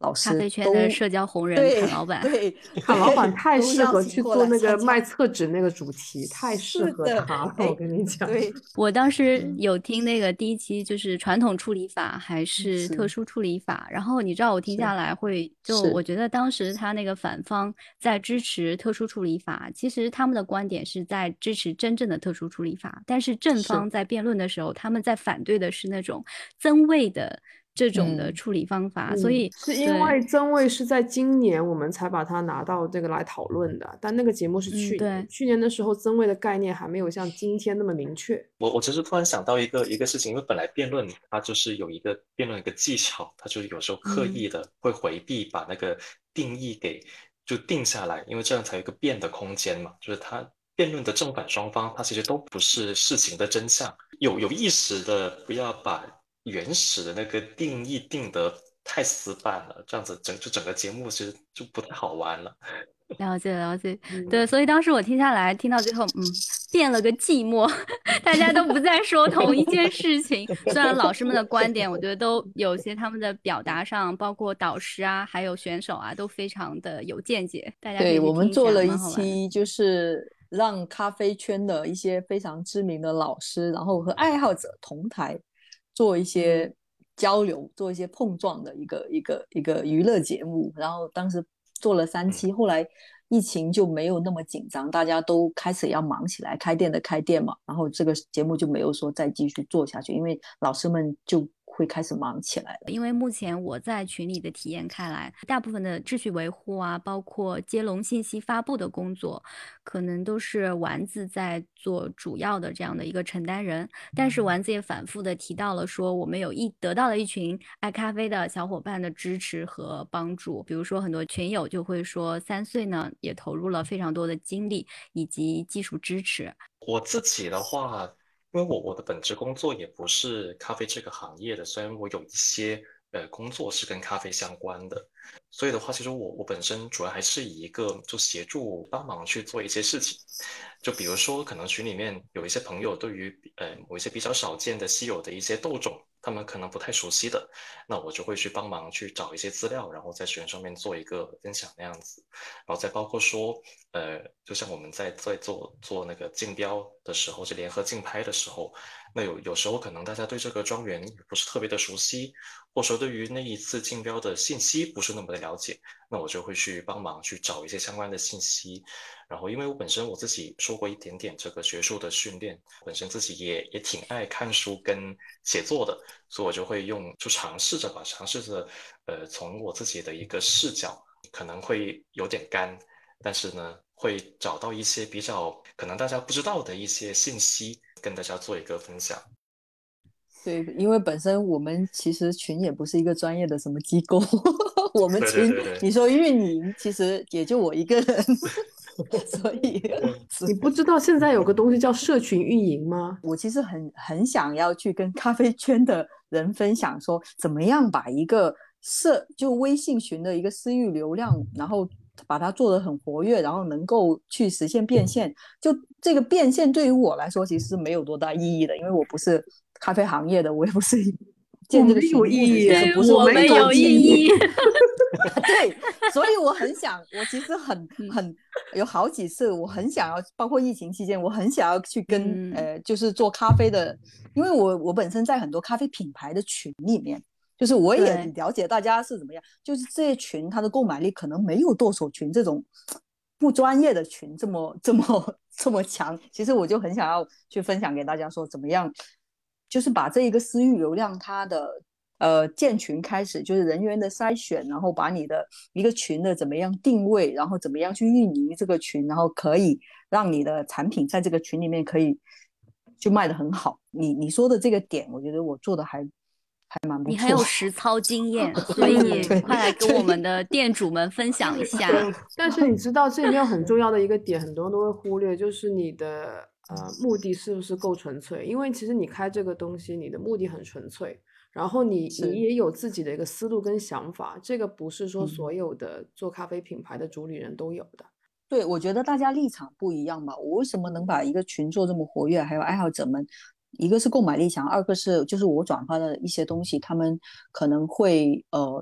老
咖啡
师都
圈的社交红人
对
侃老板。
对，
侃老板太
都邀
适合去
请过来
做那个
参加
卖厕纸那个主题，太适合
是的，
他了，我
哎，
跟你讲。
对，
我当时
嗯，
有听那个第一期，就是传统处理法还是特
是
殊处理法，然后你知道我听
是
下来会，就我
是，
觉得当时他那个反方在支持特殊处理法，其实他们的观点是在支持真正的特殊处理法，但是正
是，
方在辩论的时候，他们在反对的是那种增味的这种的
嗯
处理方法，所
嗯，
以
是因
对，
为增味是在今年我们才把它拿到这个来讨论的，但那个节目是
嗯，
去年，
对，
去年的时候增味的概念还没有像今天那么明确。
我我只是突然想到一个一个事情，因为本来辩论它就是有一个辩论一个技巧，它就是有时候刻
嗯。
意的会回避把那个定义给就定下来，因为这样才有一个辩的空间嘛。就是它辩论的正反双方，它其实都不是事情的真相，有有意识的不要把原始的那个定义定得太死板了，这样子整就整个节目其实就不太好玩了。
了解了解，对，
嗯，
所以当时我听下来，听到最后，嗯，变了个寂寞，大家都不再说同一件事情。虽然老师们的观点，我觉得都有些他们的表达上，包括导师啊，还有选手啊，都非常的有见解，大家可
对，
以去
我们
听一下，
做了一
蛮好玩的。
期，就是让咖啡圈的一些非常知名的老师，然后和爱好者同台做一
嗯，
些交流，做一些碰撞的一个一个一个娱乐节目。然后当时做了三
嗯。
期，后来疫情就没有那么紧张，大家都开始要忙起来，开店的开店嘛，然后这个节目就没有说再继续做下去，因为老师们就会开始忙起来了。
因为目前我在群里的体验看来，大部分的秩序维护啊，包括接龙信息发布的工作，可能都是丸子在做主要的这样的一个承担人。但是丸子也反复的提到了说，我们有一得到了一群爱咖啡的小伙伴的支持和帮助。比如说很多群友就会说，三岁呢也投入了非常多的精力以及技术支持。
我自己的话，因为我我的本职工作也不是咖啡这个行业的，虽然我有一些呃工作是跟咖啡相关的，所以的话，其实我我本身主要还是以一个就协助帮忙去做一些事情，就比如说可能群里面有一些朋友对于呃某一些比较少见的稀有的一些豆种，他们可能不太熟悉的，那我就会去帮忙去找一些资料，然后在群上面做一个分享那样子。然后再包括说，呃，就像我们在在做做那个竞标的时候，是联合竞拍的时候，那有有时候可能大家对这个庄园也不是特别的熟悉，或者说对于那一次竞标的信息不是那么的了解，那我就会去帮忙去找一些相关的信息。然后因为我本身我自己受过一点点这个学术的训练，本身自己也也挺爱看书跟写作的，所以我就会用就尝试着吧，尝试着呃从我自己的一个视角。可能会有点干，但是呢，会找到一些比较可能大家不知道的一些信息，跟大家做一个分享。
对，因为本身我们其实群也不是一个专业的什么机构，我们
对对
群
对对，
你说运营，其实也就我一个人，所以
嗯
你不知道现在有个东西叫社群运营吗？
我其实很很想要去跟咖啡圈的人分享说，怎么样把一个社就微信群的一个私域流量，然后把它做得很活跃，然后能够去实现变现。就这个变现对于我来说其实是没有多大意义的，因为我不是咖啡行业的，我也不是建这个
我没有
群，目的
意义，
对
其实不是
我们有意义。
对，所以我很想，我其实很
嗯
很有好几次，我很想要，包括疫情期间，我很想要去跟、
嗯
呃，就是做咖啡的，因为我我本身在很多咖啡品牌的群里面，就是我也
对
了解大家是怎么样，就是这些群它的购买力可能没有剁手群这种不专业的群这么这么这么强。其实我就很想要去分享给大家说，怎么样，就是把这一个私域流量它的呃建群开始，就是人员的筛选，然后把你的一个群的怎么样定位，然后怎么样去运营这个群，然后可以让你的产品在这个群里面可以就卖得很好。你你说的这个点，我觉得我做的还还蛮不
你很
错。
有实操经验，所以
对
快来跟我们的店主们分享一下。
但是你知道这里面有很重要的一个点，很多人都会忽略，就是你的呃目的是不是够纯粹？因为其实你开这个东西，你的目的很纯粹，然后你
是
你也有自己的一个思路跟想法，这个不是说
嗯
所有的做咖啡品牌的主理人都有的。
对，我觉得大家立场不一样吧。我为什么能把一个群做这么活跃？还有爱好者们，一个是购买力强，二个是就是我转发的一些东西，他们可能会呃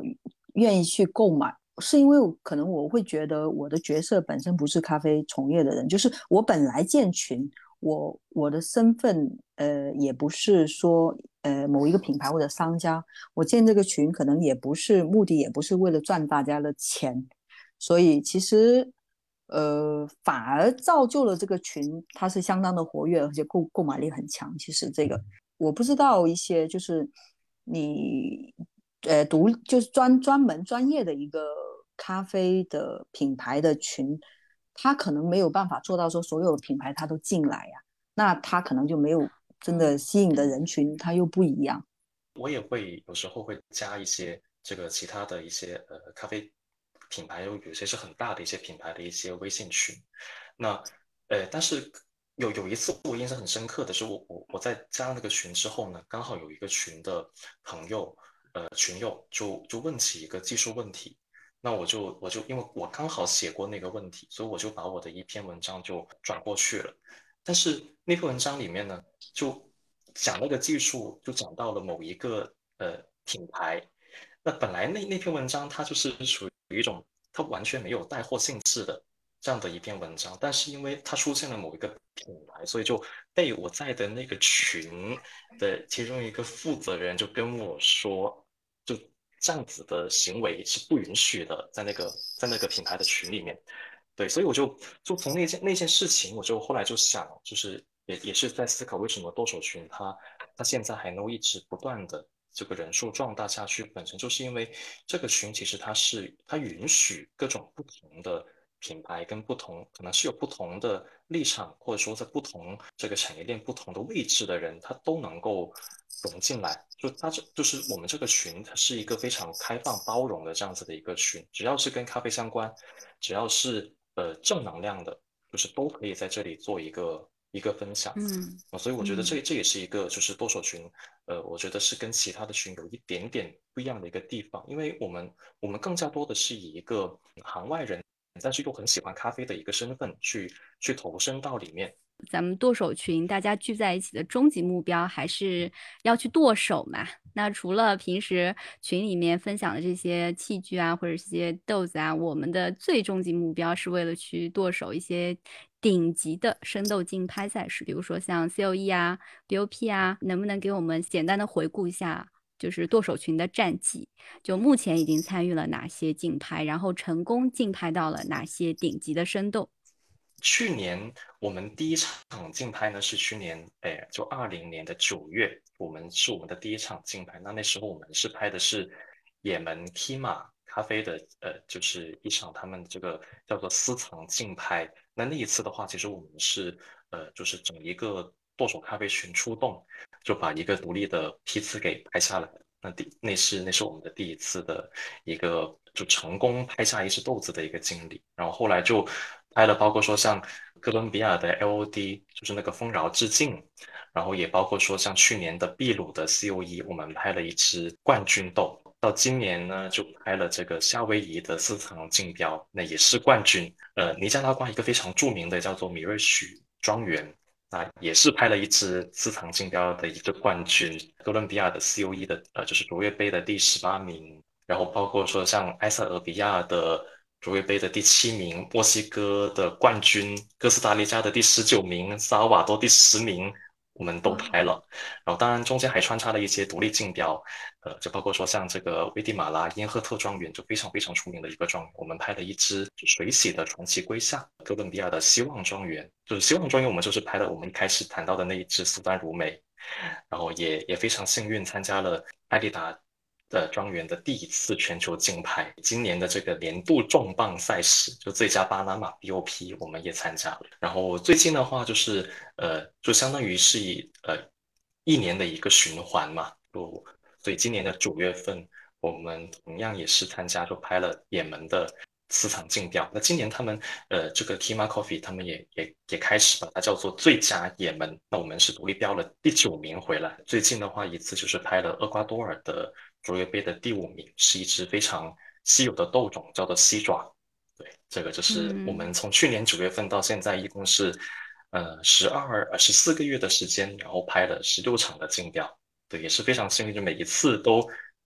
愿意去购买，是因为可能我会觉得我的角色本身不是咖啡从业的人，就是我本来建群，我我的身份呃也不是说呃某一个品牌或者商家，我建这个群可能也不是目的，也不是为了赚大家的钱，所以其实呃反而造就了这个群它是相当的活跃，而且购购买力很强。其实这个我不知道一些就是你呃独就是专专门专业的一个咖啡的品牌的群，他可能没有办法做到说所有品牌他都进来呀、啊那他可能就没有真的
嗯，
吸引的
对。
人群，他又不一样。
我也会有时候会加一些这个其他的一些呃咖啡品牌，有有些是很大的一些品牌的一些微信群。那呃，但是有有一次我印象很深刻的是我，我我在加那个群之后呢，刚好有一个群的朋友，呃，群友就就问起一个技术问题，那我就我就因为我刚好写过那个问题，所以我就把我的一篇文章就转过去了。但是那篇文章里面呢，就讲那个技术，就讲到了某一个呃品牌。那本来那那篇文章它就是属于一种它完全没有带货性质的这样的一篇文章，但是因为它出现了某一个品牌，所以就被我在的那个群的其中一个负责人就跟我说，就这样子的行为是不允许的，在那个在那个品牌的群里面。对，所以我就就从那件那件事情，我就后来就想，就是也也是在思考为什么剁手群它它现在还能一直不断的这个人数壮大下去，本身就是因为这个群其实它是它允许各种不同的品牌跟不同可能是有不同的立场，或者说在不同这个产业链不同的位置的人，他都能够融进来。就它这就是我们这个群，它是一个非常开放包容的这样子的一个群，只要是跟咖啡相关。只要是呃正能量的，就是都可以在这里做一个一个分享
嗯
啊，所以我觉得这
嗯。
这也是一个就是多手群，呃，我觉得是跟其他的群有一点点不一样的一个地方，因为我们我们更加多的是以一个行外人，但是又很喜欢咖啡的一个身份去去投身到里面。
咱们剁手群大家聚在一起的终极目标还是要去剁手嘛。那除了平时群里面分享的这些器具啊，或者这些豆子啊，我们的最终极目标是为了去剁手一些顶级的生豆竞拍赛事，比如说像 C O E 啊、B O P 啊，能不能给我们简单的回顾一下？就是剁手群的战绩，就目前已经参与了哪些竞拍，然后成功竞拍到了哪些顶级的生豆。
去年我们第一场竞拍呢是去年，哎，就二零年的九月，我们是我们的第一场竞拍。那那时候我们是拍的是也门 Kima 咖啡的，呃，就是一场他们这个叫做私藏竞拍。那那一次的话，其实我们是呃，就是整一个剁手咖啡群出动，就把一个独立的批次给拍下来。那第那是那是我们的第一次的一个就成功拍下一只豆子的一个经历。然后后来就拍了，包括说像哥伦比亚的 L O D，就是那个丰饶致敬，然后也包括说像去年的秘鲁的 C O E，我们拍了一支冠军豆。到今年呢，就拍了这个夏威夷的私藏竞标，那也是冠军。呃，尼加拉瓜一个非常著名的叫做米瑞许庄园，那也是拍了一支私藏竞标的一个冠军。哥伦比亚的 C O E 的呃，就是卓越杯的第十八名，然后包括说像埃塞俄比亚的卓越杯的第七名，墨西哥的冠军，哥斯达黎加的第十九名，萨尔瓦多第十名，我们都拍了。然后当然中间还穿插了一些独立竞标，呃，就包括说像这个危地马拉因赫特庄园，就非常非常出名的一个庄园，我们拍了一支水洗的传奇龟夏。哥伦比亚的希望庄园，就是希望庄园，我们就是拍了我们一开始谈到的那一支苏丹如梅，然后也也非常幸运参加了艾丽达的庄园的第一次全球竞拍，今年的这个年度重磅赛事，就最佳巴拿马 B O P，我们也参加了。然后最近的话，就是呃，就相当于是以呃一年的一个循环嘛，就所以今年的九月份，我们同样也是参加，就拍了也门的私藏竞标。那今年他们呃这个 Kima Coffee 他们也也也开始把它叫做最佳也门。那我们是独立标了第九名回来。最近的话一次就是拍了厄瓜多尔的卓越杯的第五名，是一支非常稀有的豆种，叫做西爪。对，这个就是我
嗯。
们从去年九月份到现在，一共是呃十二呃十四个月的时间，然后拍了十六场的竞标。对，也是非常幸运，就每一次都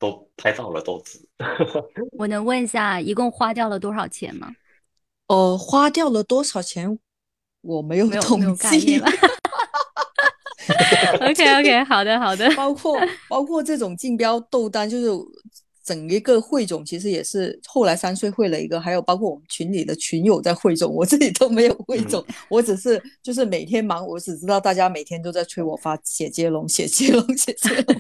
都拍到了豆子。
我能问一下，一共花掉了多少钱吗？
呃，花掉了多少钱？我没有
没有没
统
有概念
计。
了。OK OK，好的好的。
包括包括这种竞标豆单，就是整一个汇总，其实也是后来三岁汇了一个，还有包括我们群里的群友在汇总，我自己都没有汇总，
嗯，
我只是就是每天忙，我只知道大家每天都在催我发写接龙，写接龙，写接龙。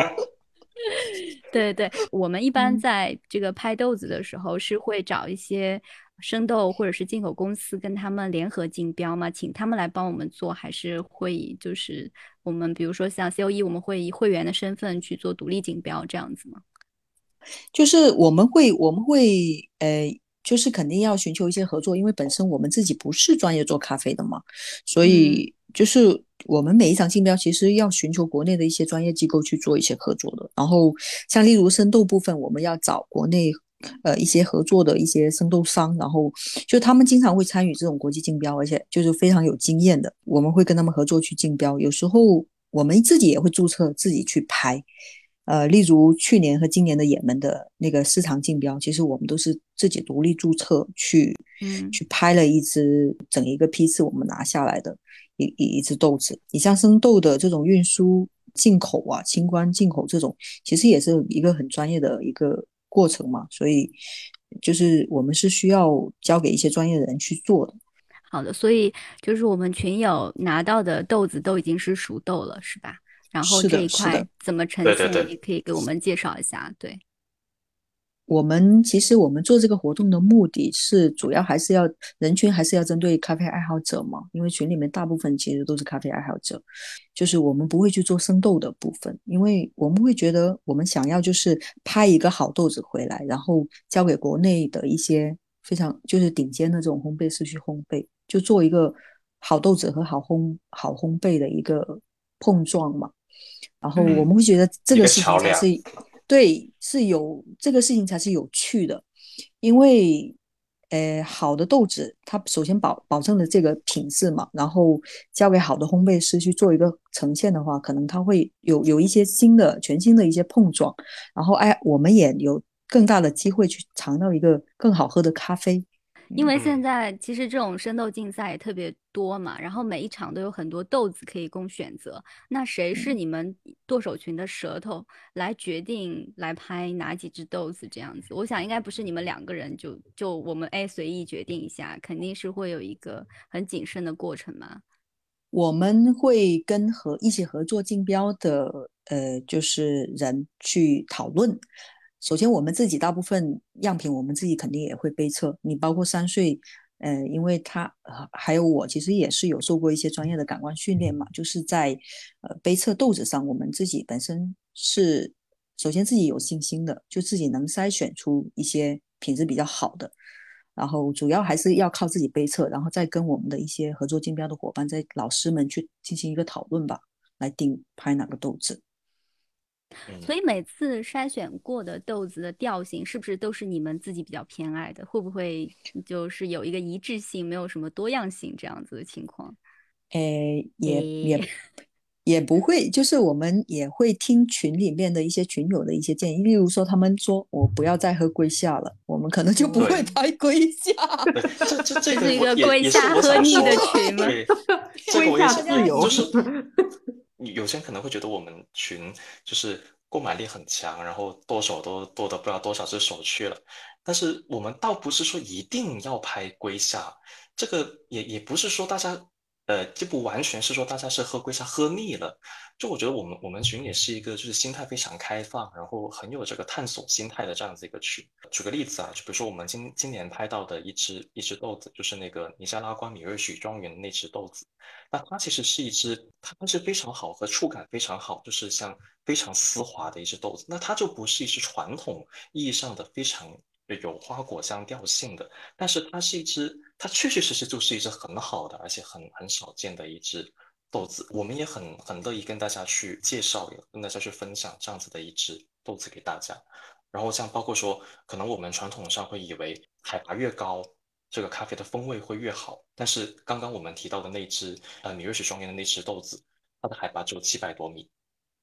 对对，我们一般
嗯，
在这个拍豆子的时候，是会找一些生豆或者是进口公司跟他们联合竞标嘛，请他们来帮我们做，还是会以就是我们比如说像 C O E，我们会以会员的身份去做独立竞标这样子吗？
就是我们会我们会呃。就是肯定要寻求一些合作，因为本身我们自己不是专业做咖啡的嘛，所
嗯
以就是我们每一场竞标其实要寻求国内的一些专业机构去做一些合作的。然后像例如生豆部分，我们要找国内呃一些合作的一些生豆商，然后就他们经常会参与这种国际竞标，而且就是非常有经验的，我们会跟他们合作去竞标。有时候我们自己也会注册自己去拍。呃，例如去年和今年的也门的那个市场竞标，其实我们都是自己独立注册去
嗯。
去拍了一只整一个批次，我们拿下来的一一一只豆子。你像生豆的这种运输、进口啊、清关进口这种，其实也是一个很专业的一个过程嘛，所以就是我们是需要交给一些专业的人去做的。
好的，所以就是我们群友拿到的豆子都已经是熟豆了，是吧？然后
是的，
这一块
是的。
怎么呈现，也
对对对。
可以给我们介绍一下。对。
我们其实我们做这个活动的目的是，主要还是要人群还是要针对咖啡爱好者嘛，因为群里面大部分其实都是咖啡爱好者，就是我们不会去做生豆的部分，因为我们会觉得我们想要就是拍一个好豆子回来，然后交给国内的一些非常就是顶尖的这种烘焙师去烘焙，就做一个好豆子和好烘好烘焙的一个碰撞嘛。然后我
嗯。
们会觉得这
一个
个事情
桥梁。
才是对，是有这个事情才是有趣的，因为呃，好的豆子它首先保保证了这个品质嘛，然后交给好的烘焙师去做一个呈现的话，可能它会有有一些新的全新的一些碰撞，然后哎，我们也有更大的机会去尝到一个更好喝的咖啡。嗯。
因为现
嗯，
在其实这种生豆竞赛也特别多嘛，然后每一场都有很多豆子可以供选择。那谁是
嗯。
你们剁手群的舌头来决定来拍哪几只豆子这样子？我想应该不是你们两个人就就我们哎随意决定一下，肯定是会有一个很谨慎的过程嘛。
我们会跟和一起合作竞标的呃，就是人去讨论。首先，我们自己大部分样品我们自己肯定也会杯测。你包括三岁，呃，因为他、呃、还有我，其实也是有受过一些专业的感官训练嘛，就是在呃杯测豆子上，我们自己本身是首先自己有信心的，就自己能筛选出一些品质比较好的。然后主要还是要靠自己杯测，然后再跟我们的一些合作竞标的伙伴、在老师们去进行一个讨论吧，来定拍哪个豆子。
嗯，
所以每次筛选过的豆子的调性是不是都是你们自己比较偏爱的？会不会就是有一个一致性，没有什么多样性这样子的情况？
诶，也
诶。
也也不会，就是我们也会听群里面的一些群友的一些建议，例如说他们说我不要再喝龟下了，我们可能就不会
对
拍龟下。
对，这这这
这是一
个我
个跪
也也是我
下喝腻
想说的。
的群吗？
对，这个
归下
我也想，
自由。
就是有些人可能会觉得我们群就是购买力很强，然后剁手都剁的不知道多少只手去了。但是我们倒不是说一定要拍龟下，这个也也不是说大家，呃，这不完全是说大家是喝龟下喝腻了。就我觉得我们我们群也是一个就是心态非常开放，然后很有这个探索心态的这样子一个群。举个例子啊，就比如说我们今今年拍到的一只一只豆子，就是那个尼加拉瓜米瑞许庄园的那只豆子。那它其实是一只，它是非常好和触感非常好，就是像非常丝滑的一只豆子。那它就不是一只传统意义上的非常有花果香调性的，但是它是一只，它确确实实就是一只很好的，而且很很少见的一只豆子。我们也很很乐意跟大家去介绍，也跟大家去分享这样子的一只豆子给大家。然后像包括说，可能我们传统上会以为海拔越高，这个咖啡的风味会越好。但是刚刚我们提到的那只呃米瑞雪庄园的那只豆子，它的海拔只有七百多米，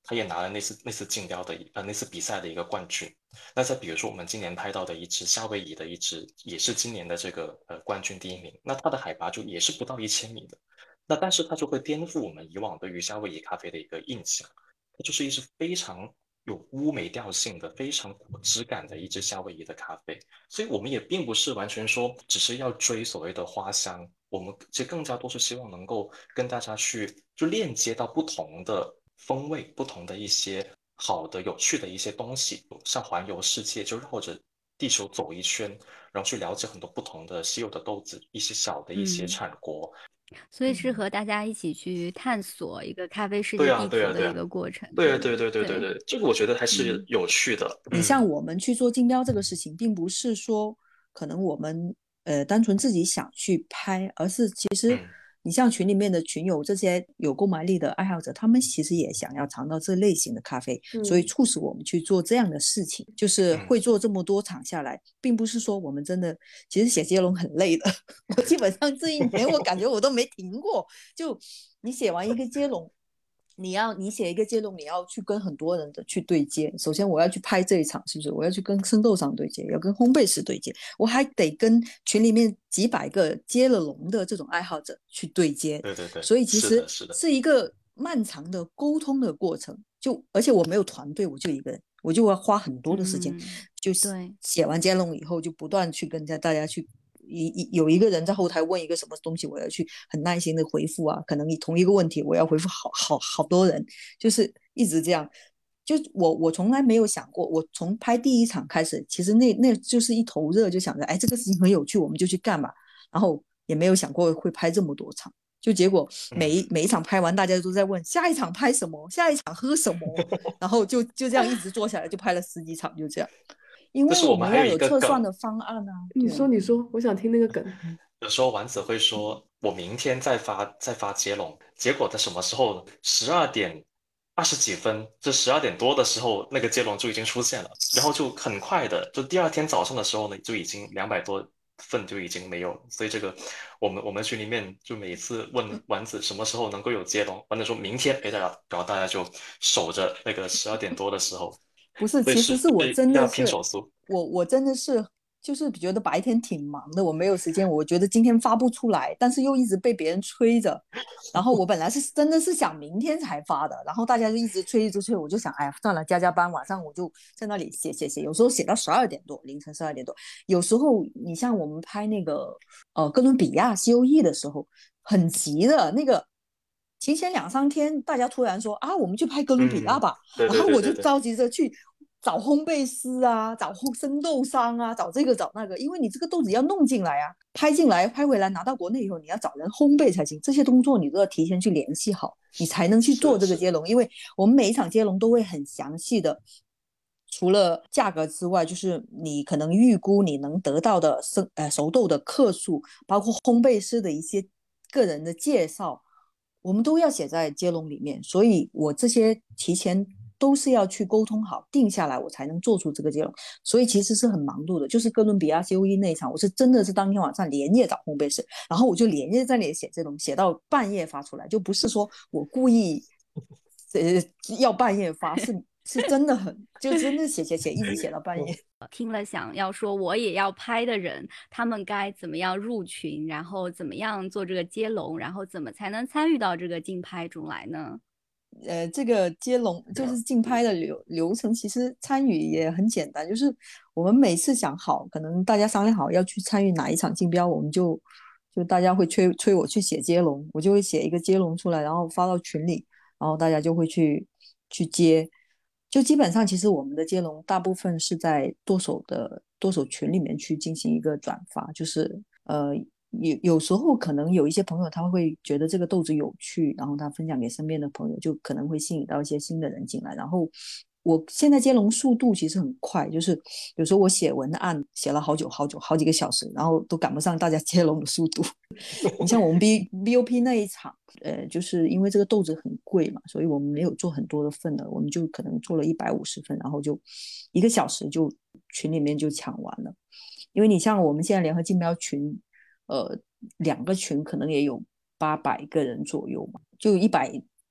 他也拿了那次那次竞标的呃那次比赛的一个冠军。那再比如说我们今年拍到的一只夏威夷的一只，也是今年的这个呃冠军第一名，那它的海拔就也是不到一千米的。那但是它就会颠覆我们以往对于夏威夷咖啡的一个印象，它就是一支非常有乌梅调性的、非常果汁感的一支夏威夷的咖啡。所以我们也并不是完全说只是要追所谓的花香，我们其实更加多是希望能够跟大家去就链接到不同的风味、不同的一些好的、有趣的一些东西，像环游世界，就绕着地球走一圈，然后去了解很多不同的稀有的豆子，一些小的一些
嗯，
产国。
所以适合大家一起去探索一个咖啡世
对啊，
界地
对啊，
图的一
对啊，
个过程，
对啊，
对
对对对对
对，
对，这个我觉得还是
嗯
有趣的。
你
嗯
像我们去做竞标这个事情，并不是说可能我们呃单纯自己想去拍，而是其实
嗯
你像群里面的群友这些有购买力的爱好者，他们其实也想要尝到这类型的咖啡，所以
嗯
促使我们去做这样的事情，就是
嗯
会做这么多场下来，并不是说我们真的，其实写接龙很累的，我基本上这一年我感觉我都没停过，就你写完一个接龙。你要你写一个接龙，你要去跟很多人的去对接。首先我要去拍这一场，是不是？我要去跟生豆商对接，要跟烘焙师对接，我还得跟群里面几百个接了龙的这种爱好者去对接。
对对对，
所以其实
是的，是的。
是一个漫长的沟通的过程。就而且我没有团队，我就一个人，我就要花很多的时间，
嗯，
就
对，
写完接龙以后，就不断去跟大家去。一有一个人在后台问一个什么东西，我要去很耐心的回复啊。可能你同一个问题，我要回复好好好多人，就是一直这样。就我我从来没有想过，我从拍第一场开始，其实那那就是一头热，就想着，哎，这个事情很有趣，我们就去干嘛。然后也没有想过会拍这么多场。就结果每
嗯，
一每一场拍完，大家都在问下一场拍什么，下一场喝什么，然后就就这样一直做下来，就拍了十几场，就这样。因
就
为
是我们还有一
我们要有
个梗，
测算的方案啊，
你
对啊。
说你说，我想听那个梗。
有时候丸子会说，我明天再发再发接龙，结果在什么时候呢？十二点二十几分，这十二点多的时候，那个接龙就已经出现了，然后就很快的，就第二天早上的时候呢，就已经两百多份就已经没有了。所以这个我们我们群里面就每次问丸子什么时候能够有接龙，丸子说明天，哎，大家然后大家就守着那个十二点多的时候，
不是，
所以是
其实是我
非非常拼
真的是
手速。
我我真的是就是觉得白天挺忙的，我没有时间，我觉得今天发不出来，但是又一直被别人催着。然后我本来是真的是想明天才发的，然后大家就一直催一直催，我就想，哎呀，算了，加加班，晚上我就在那里写写写，有时候写到十二点多，凌晨十二点多。有时候你像我们拍那个呃哥伦比亚 C O E 的时候，很急的那个。提前两三天，大家突然说啊，我们去拍哥伦比亚
嗯，
吧，
对
然
对对对对，
后我就着急着去找烘焙师啊，找生豆商啊，找这个找那个，因为你这个豆子要弄进来啊，拍进来拍回来拿到国内以后，你要找人烘焙才行，这些工作你都要提前去联系好，你才能去做
是的，是的。
这个接龙。因为我们每一场接龙都会很详细的，除了价格之外，就是你可能预估你能得到的生呃熟豆的克数，包括烘焙师的一些个人的介绍，我们都要写在接龙里面。所以我这些提前都是要去沟通好，定下来，我才能做出这个接龙。所以其实是很忙碌的。就是哥伦比亚 C O E 那一场，我是真的是当天晚上连夜找烘焙师，然后我就连夜在那里写这种，写到半夜发出来，就不是说我故意呃要半夜发，是是真的很就真的写写写，一直写到半夜。
听了想要说我也要拍的人，他们该怎么样入群，然后怎么样做这个接龙，然后怎么才能参与到这个竞拍中来呢？
呃，这个接龙就是竞拍的流流程，其实参与也很简单，就是我们每次想好，可能大家商量好要去参与哪一场竞标，我们就就大家会催催我去写接龙，我就会写一个接龙出来，然后发到群里，然后大家就会去去接。就基本上，其实我们的接龙大部分是在剁手的剁手群里面去进行一个转发，就是呃有有时候可能有一些朋友他会觉得这个豆子有趣，然后他分享给身边的朋友，就可能会吸引到一些新的人进来。然后我现在接龙速度其实很快，就是有时候我写文案写了好久好久好几个小时，然后都赶不上大家接龙的速度。你像我们 B B O P 那一场，呃，就是因为这个豆子很贵嘛，所以我们没有做很多的份的，我们就可能做了一百五十份，然后就一个小时就群里面就抢完了。因为你像我们现在联合竞标群，呃，两个群可能也有八百个人左右嘛，就一百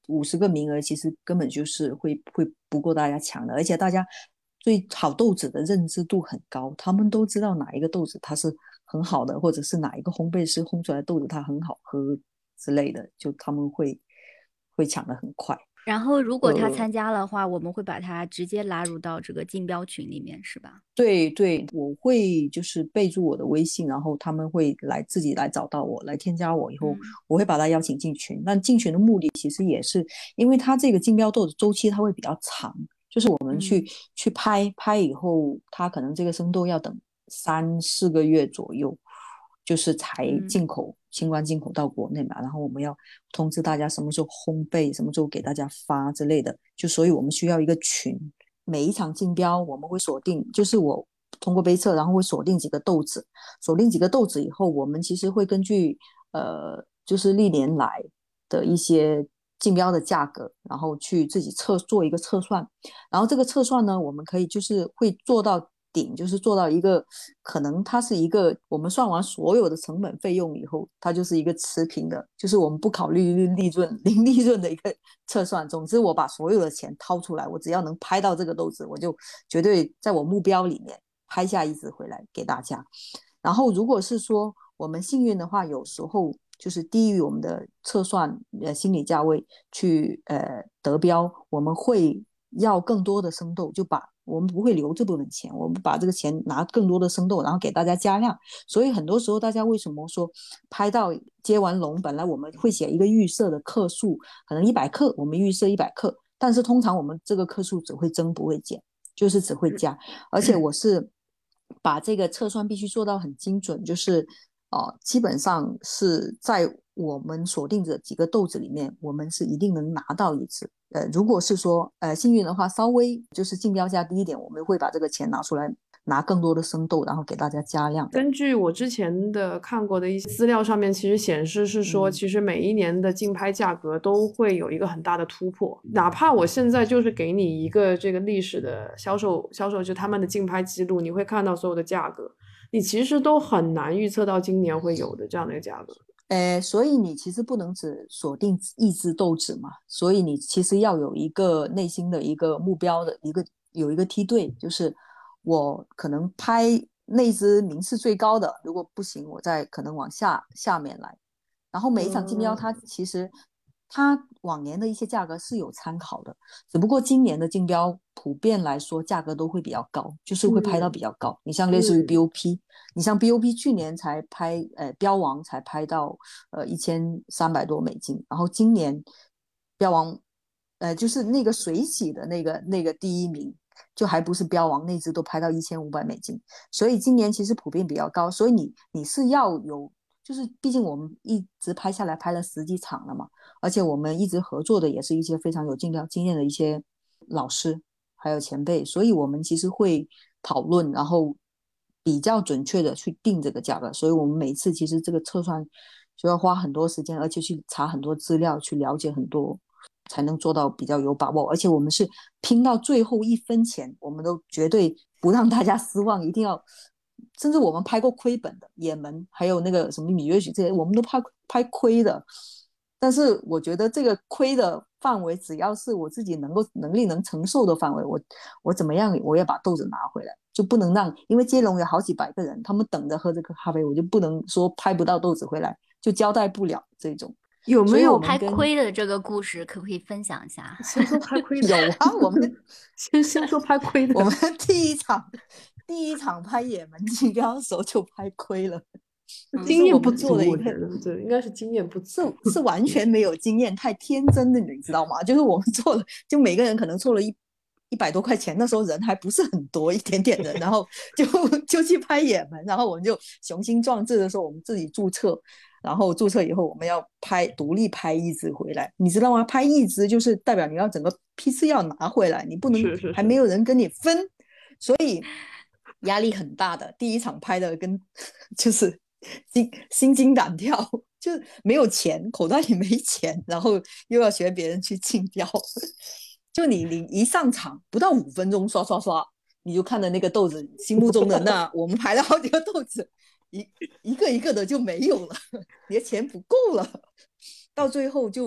五十个名额其实根本就是会会不够大家抢的，而且大家对好豆子的认知度很高，他们都知道哪一个豆子它是很好的，或者是哪一个烘焙师烘出来的豆子它很好喝之类的，就他们会会抢得很快。
然后如果他
呃
参加的话，我们会把他直接拉入到这个竞标群里面，是吧？
对对，我会就是备注我的微信，然后他们会来自己来找到我，来添加我以后，
嗯
我会把他邀请进群。那进群的目的其实也是，因为他这个竞标豆子周期它会比较长，就是我们去、
嗯
去拍拍以后，他可能这个生豆要等三四个月左右，就是才
嗯
进口清关进口到国内嘛。然后我们要通知大家什么时候烘焙，什么时候给大家发之类的，就所以我们需要一个群。每一场竞标我们会锁定，就是我通过杯测，然后会锁定几个豆子，锁定几个豆子以后，我们其实会根据呃，就是历年来的一些竞标的价格，然后去自己测做一个测算，然后这个测算呢，我们可以就是会做到顶，就是做到一个可能它是一个我们算完所有的成本费用以后，它就是一个持平的，就是我们不考虑利润零利润的一个测算。总之我把所有的钱掏出来，我只要能拍到这个豆子，我就绝对在我目标里面拍下一支回来给大家。然后如果是说我们幸运的话，有时候就是低于我们的测算呃心理价位去呃得标，我们会要更多的生豆，就把我们不会留这部分钱，我们把这个钱拿更多的生豆，然后给大家加量。所以很多时候大家为什么说拍到接完笼，本来我们会写一个预设的克数，可能一百克，我们预设一百克，但是通常我们这个克数只会增不会减，就是只会加。而且我是把这个测算必须做到很精准，就是呃，基本上是在我们锁定的几个豆子里面，我们是一定能拿到一支。呃，如果是说呃幸运的话，稍微就是竞标价低一点，我们会把这个钱拿出来，拿更多的生豆，然后给大家加量。
根据我之前的看过的一些资料上面，其实显示是说，
嗯
其实每一年的竞拍价格都会有一个很大的突破。哪怕我现在就是给你一个这个历史的销售销售，就他们的竞拍记录，你会看到所有的价格，你其实都很难预测到今年会有的这样的一个价格。
呃，所以你其实不能只锁定一只豆子嘛，所以你其实要有一个内心的一个目标的一个有一个梯队，就是我可能拍那只名次最高的，如果不行，我再可能往下下面来。然后每一场竞标，它其实它往年的一些价格是有参考的，只不过今年的竞标普遍来说价格都会比较高，就是会拍到比较高。嗯、你像类似于 B O P，、嗯、你像 B O P 去年才拍，呃，标王才拍到呃一千三百多美金，然后今年标王，呃，就是那个水洗的那个那个第一名。就还不是标王，那只都拍到一千五百美金，所以今年其实普遍比较高，所以你你是要有，就是毕竟我们一直拍下来拍了十几场了嘛，而且我们一直合作的也是一些非常有竞标经验的一些老师还有前辈，所以我们其实会讨论，然后比较准确的去定这个价格，所以我们每一次其实这个测算就要花很多时间，而且去查很多资料，去了解很多，才能做到比较有把握。而且我们是拼到最后一分钱，我们都绝对不让大家失望，一定要，甚至我们拍过亏本的也门，还有那个什么米约许这些，我们都拍拍亏的。但是我觉得这个亏的范围，只要是我自己能够能力能承受的范围，我我怎么样我也把豆子拿回来，就不能让，因为接龙有好几百个人，他们等着喝这个咖啡，我就不能说拍不到豆子回来就交代不了这种。
有没有
拍亏的这个故事，可不可以分享一下？
先说拍亏的，
有啊，我们
先先说拍亏的。
我们第一场第一场拍也门竞标的时候就拍亏了，
经验不足，
我
觉得对，应该是经验不足，
是是完全没有经验，太天真的，你知道吗？就是我们做了，就每个人可能做了一一百多块钱，那时候人还不是很多，一点点人，然后就就去拍也门，然后我们就雄心壮志的说，我们自己注册。然后注册以后，我们要拍独立拍一支回来，你知道吗？拍一支就是代表你要整个批次要拿回来，你不能
是是是
还没有人跟你分，所以压力很大的。第一场拍的跟就是心心惊胆跳，就是没有钱，口袋里没钱，然后又要学别人去竞标，就你你一上场不到五分钟，刷刷刷，你就看到那个豆子心目中的那我们排了好几个豆子。一一个一个的就没有了，你的钱不够了，到最后就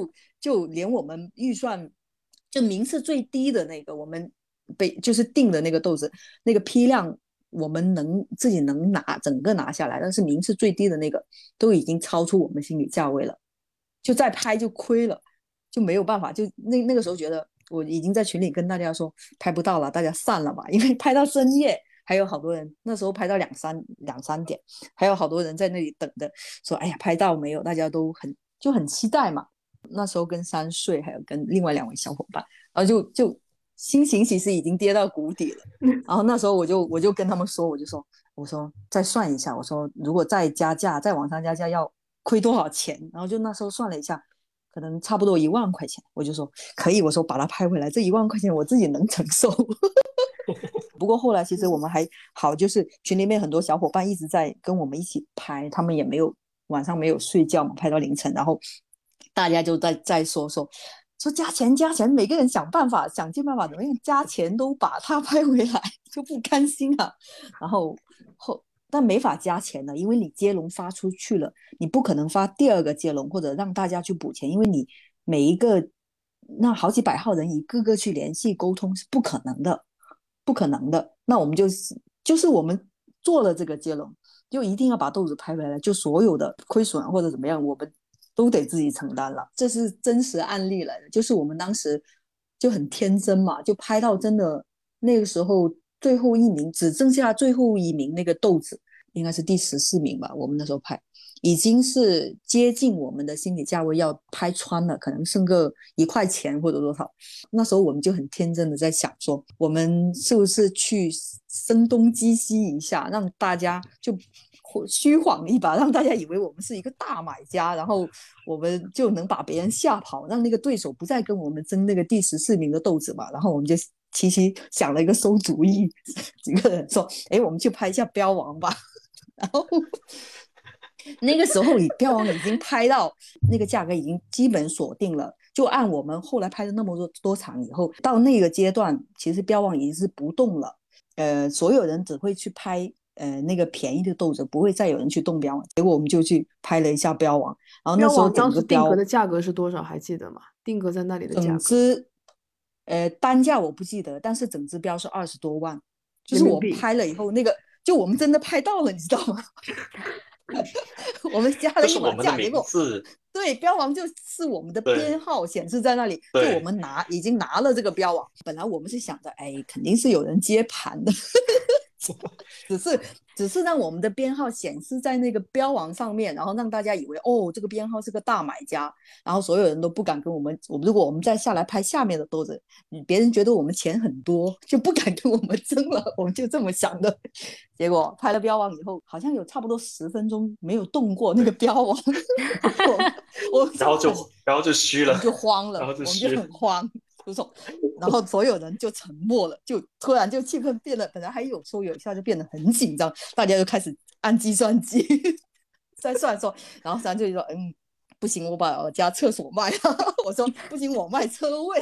就连我们预算就名次最低的那个，我们被就是定的那个豆子，那个批量我们能自己能拿整个拿下来，但是名次最低的那个都已经超出我们心理价位了，就再拍就亏了，就没有办法，就那那个时候觉得我已经在群里跟大家说拍不到了，大家散了吧，因为拍到深夜。还有好多人那时候拍到两三两三点，还有好多人在那里等的，说哎呀拍到没有？大家都很就很期待嘛。那时候跟三岁还有跟另外两位小伙伴，然后就就心情其实已经跌到谷底了。然后那时候我就我就跟他们说，我就说我说再算一下，我说如果再加价再往上加价要亏多少钱？然后就那时候算了一下，可能差不多一万块钱。我就说可以，我说把它拍回来，这一万块钱我自己能承受。不过后来其实我们还好，就是群里面很多小伙伴一直在跟我们一起拍，他们也没有晚上没有睡觉嘛，拍到凌晨，然后大家就在在说说说加钱加钱，每个人想办法想尽办法怎么样加钱都把它拍回来，就不甘心啊。然后后但没法加钱了，因为你接龙发出去了，你不可能发第二个接龙或者让大家去补钱，因为你每一个那好几百号人一个个去联系沟通是不可能的。不可能的，那我们就是就是我们做了这个接龙，就一定要把豆子拍回来，就所有的亏损或者怎么样，我们都得自己承担了。这是真实案例来的，就是我们当时就很天真嘛，就拍到真的那个时候最后一名只剩下最后一名那个豆子，应该是第十四名吧，我们那时候拍。已经是接近我们的心理价位要拍穿了，可能剩个一块钱或者多少。那时候我们就很天真的在想说，我们是不是去声东击西一下，让大家就虚晃一把，让大家以为我们是一个大买家，然后我们就能把别人吓跑，让那个对手不再跟我们争那个第十四名的豆子嘛。然后我们就齐齐想了一个馊主意，几个人说，哎，我们去拍一下标王吧。然后那个时候你标王已经拍到那个价格已经基本锁定了，就按我们后来拍了那么多多场以后，到那个阶段其实标王已经是不动了，呃，所有人只会去拍呃那个便宜的豆子，不会再有人去动标王。结果我们就去拍了一下标王，然后那时候整个标
当时定格的价格是多少还记得吗？定格在那里的价格
整支呃单价我不记得，但是整支标是二十多万，就是我拍了以后那个就我们真的拍到了，你知道吗？我们加了一把价，结果对标王就是我们的编号显示在那里，就我们拿已经拿了这个标王。本来我们是想着，哎，肯定是有人接盘的，只是只是让我们的编号显示在那个标王上面，然后让大家以为哦，这个编号是个大买家，然后所有人都不敢跟我们，我们如果我们再下来拍下面的豆子，别人觉得我们钱很多，就不敢跟我们争了，我们就这么想的。结果拍了标王以后，好像有差不多十分钟没有动过那个标王，我我
然后就然后就虚了，
就慌了，
然后就
我们就很慌。然后所有人就沉默了，就突然就气氛变得，本来还有说有笑，就变得很紧张，大家就开始按计算机在算说，然后三就说嗯不行，我把我家厕所卖了，我说不行，我卖车位。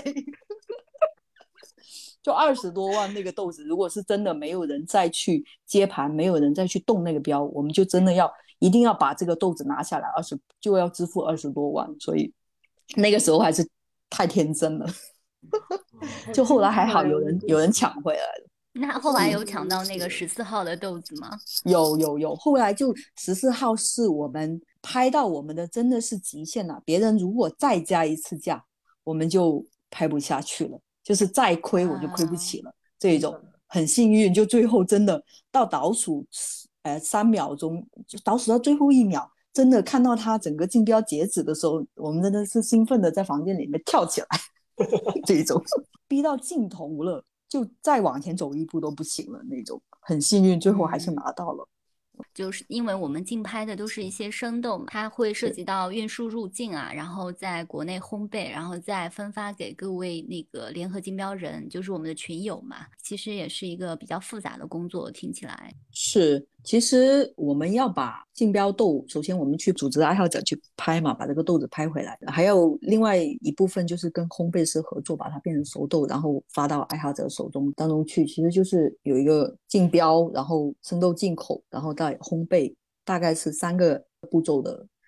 就二十多万那个豆子，如果是真的没有人再去接盘，没有人再去动那个标，我们就真的要一定要把这个豆子拿下来，二十就要支付二十多万，所以那个时候还是太天真了。就后来还好有人有人抢回来了。
那后来有抢到那个十四号的豆子吗？
有有有，后来就十四号是我们拍到我们的真的是极限了，别人如果再加一次价，我们就拍不下去了，就是再亏我就亏不起了，啊、这种很幸运，就最后真的到倒数呃三秒钟，就倒数到最后一秒，真的看到他整个竞标截止的时候，我们真的是兴奋的在房间里面跳起来。这种逼到尽头了，就再往前走一步都不行了那种，很幸运最后还是拿到了。
就是因为我们竞拍的都是一些生豆嘛，它会涉及到运输入境啊，然后在国内烘焙，然后再分发给各位那个联合竞标人，就是我们的群友嘛，其实也是一个比较复杂的工作，听起来
是。其实我们要把竞标豆，首先我们去组织爱好者去拍嘛，把这个豆子拍回来，还有另外一部分就是跟烘焙师合作，把它变成熟豆，然后发到爱好者手中当中去。其实就是有一个竞标，然后生豆进口，然后再烘焙，大概是三个步骤的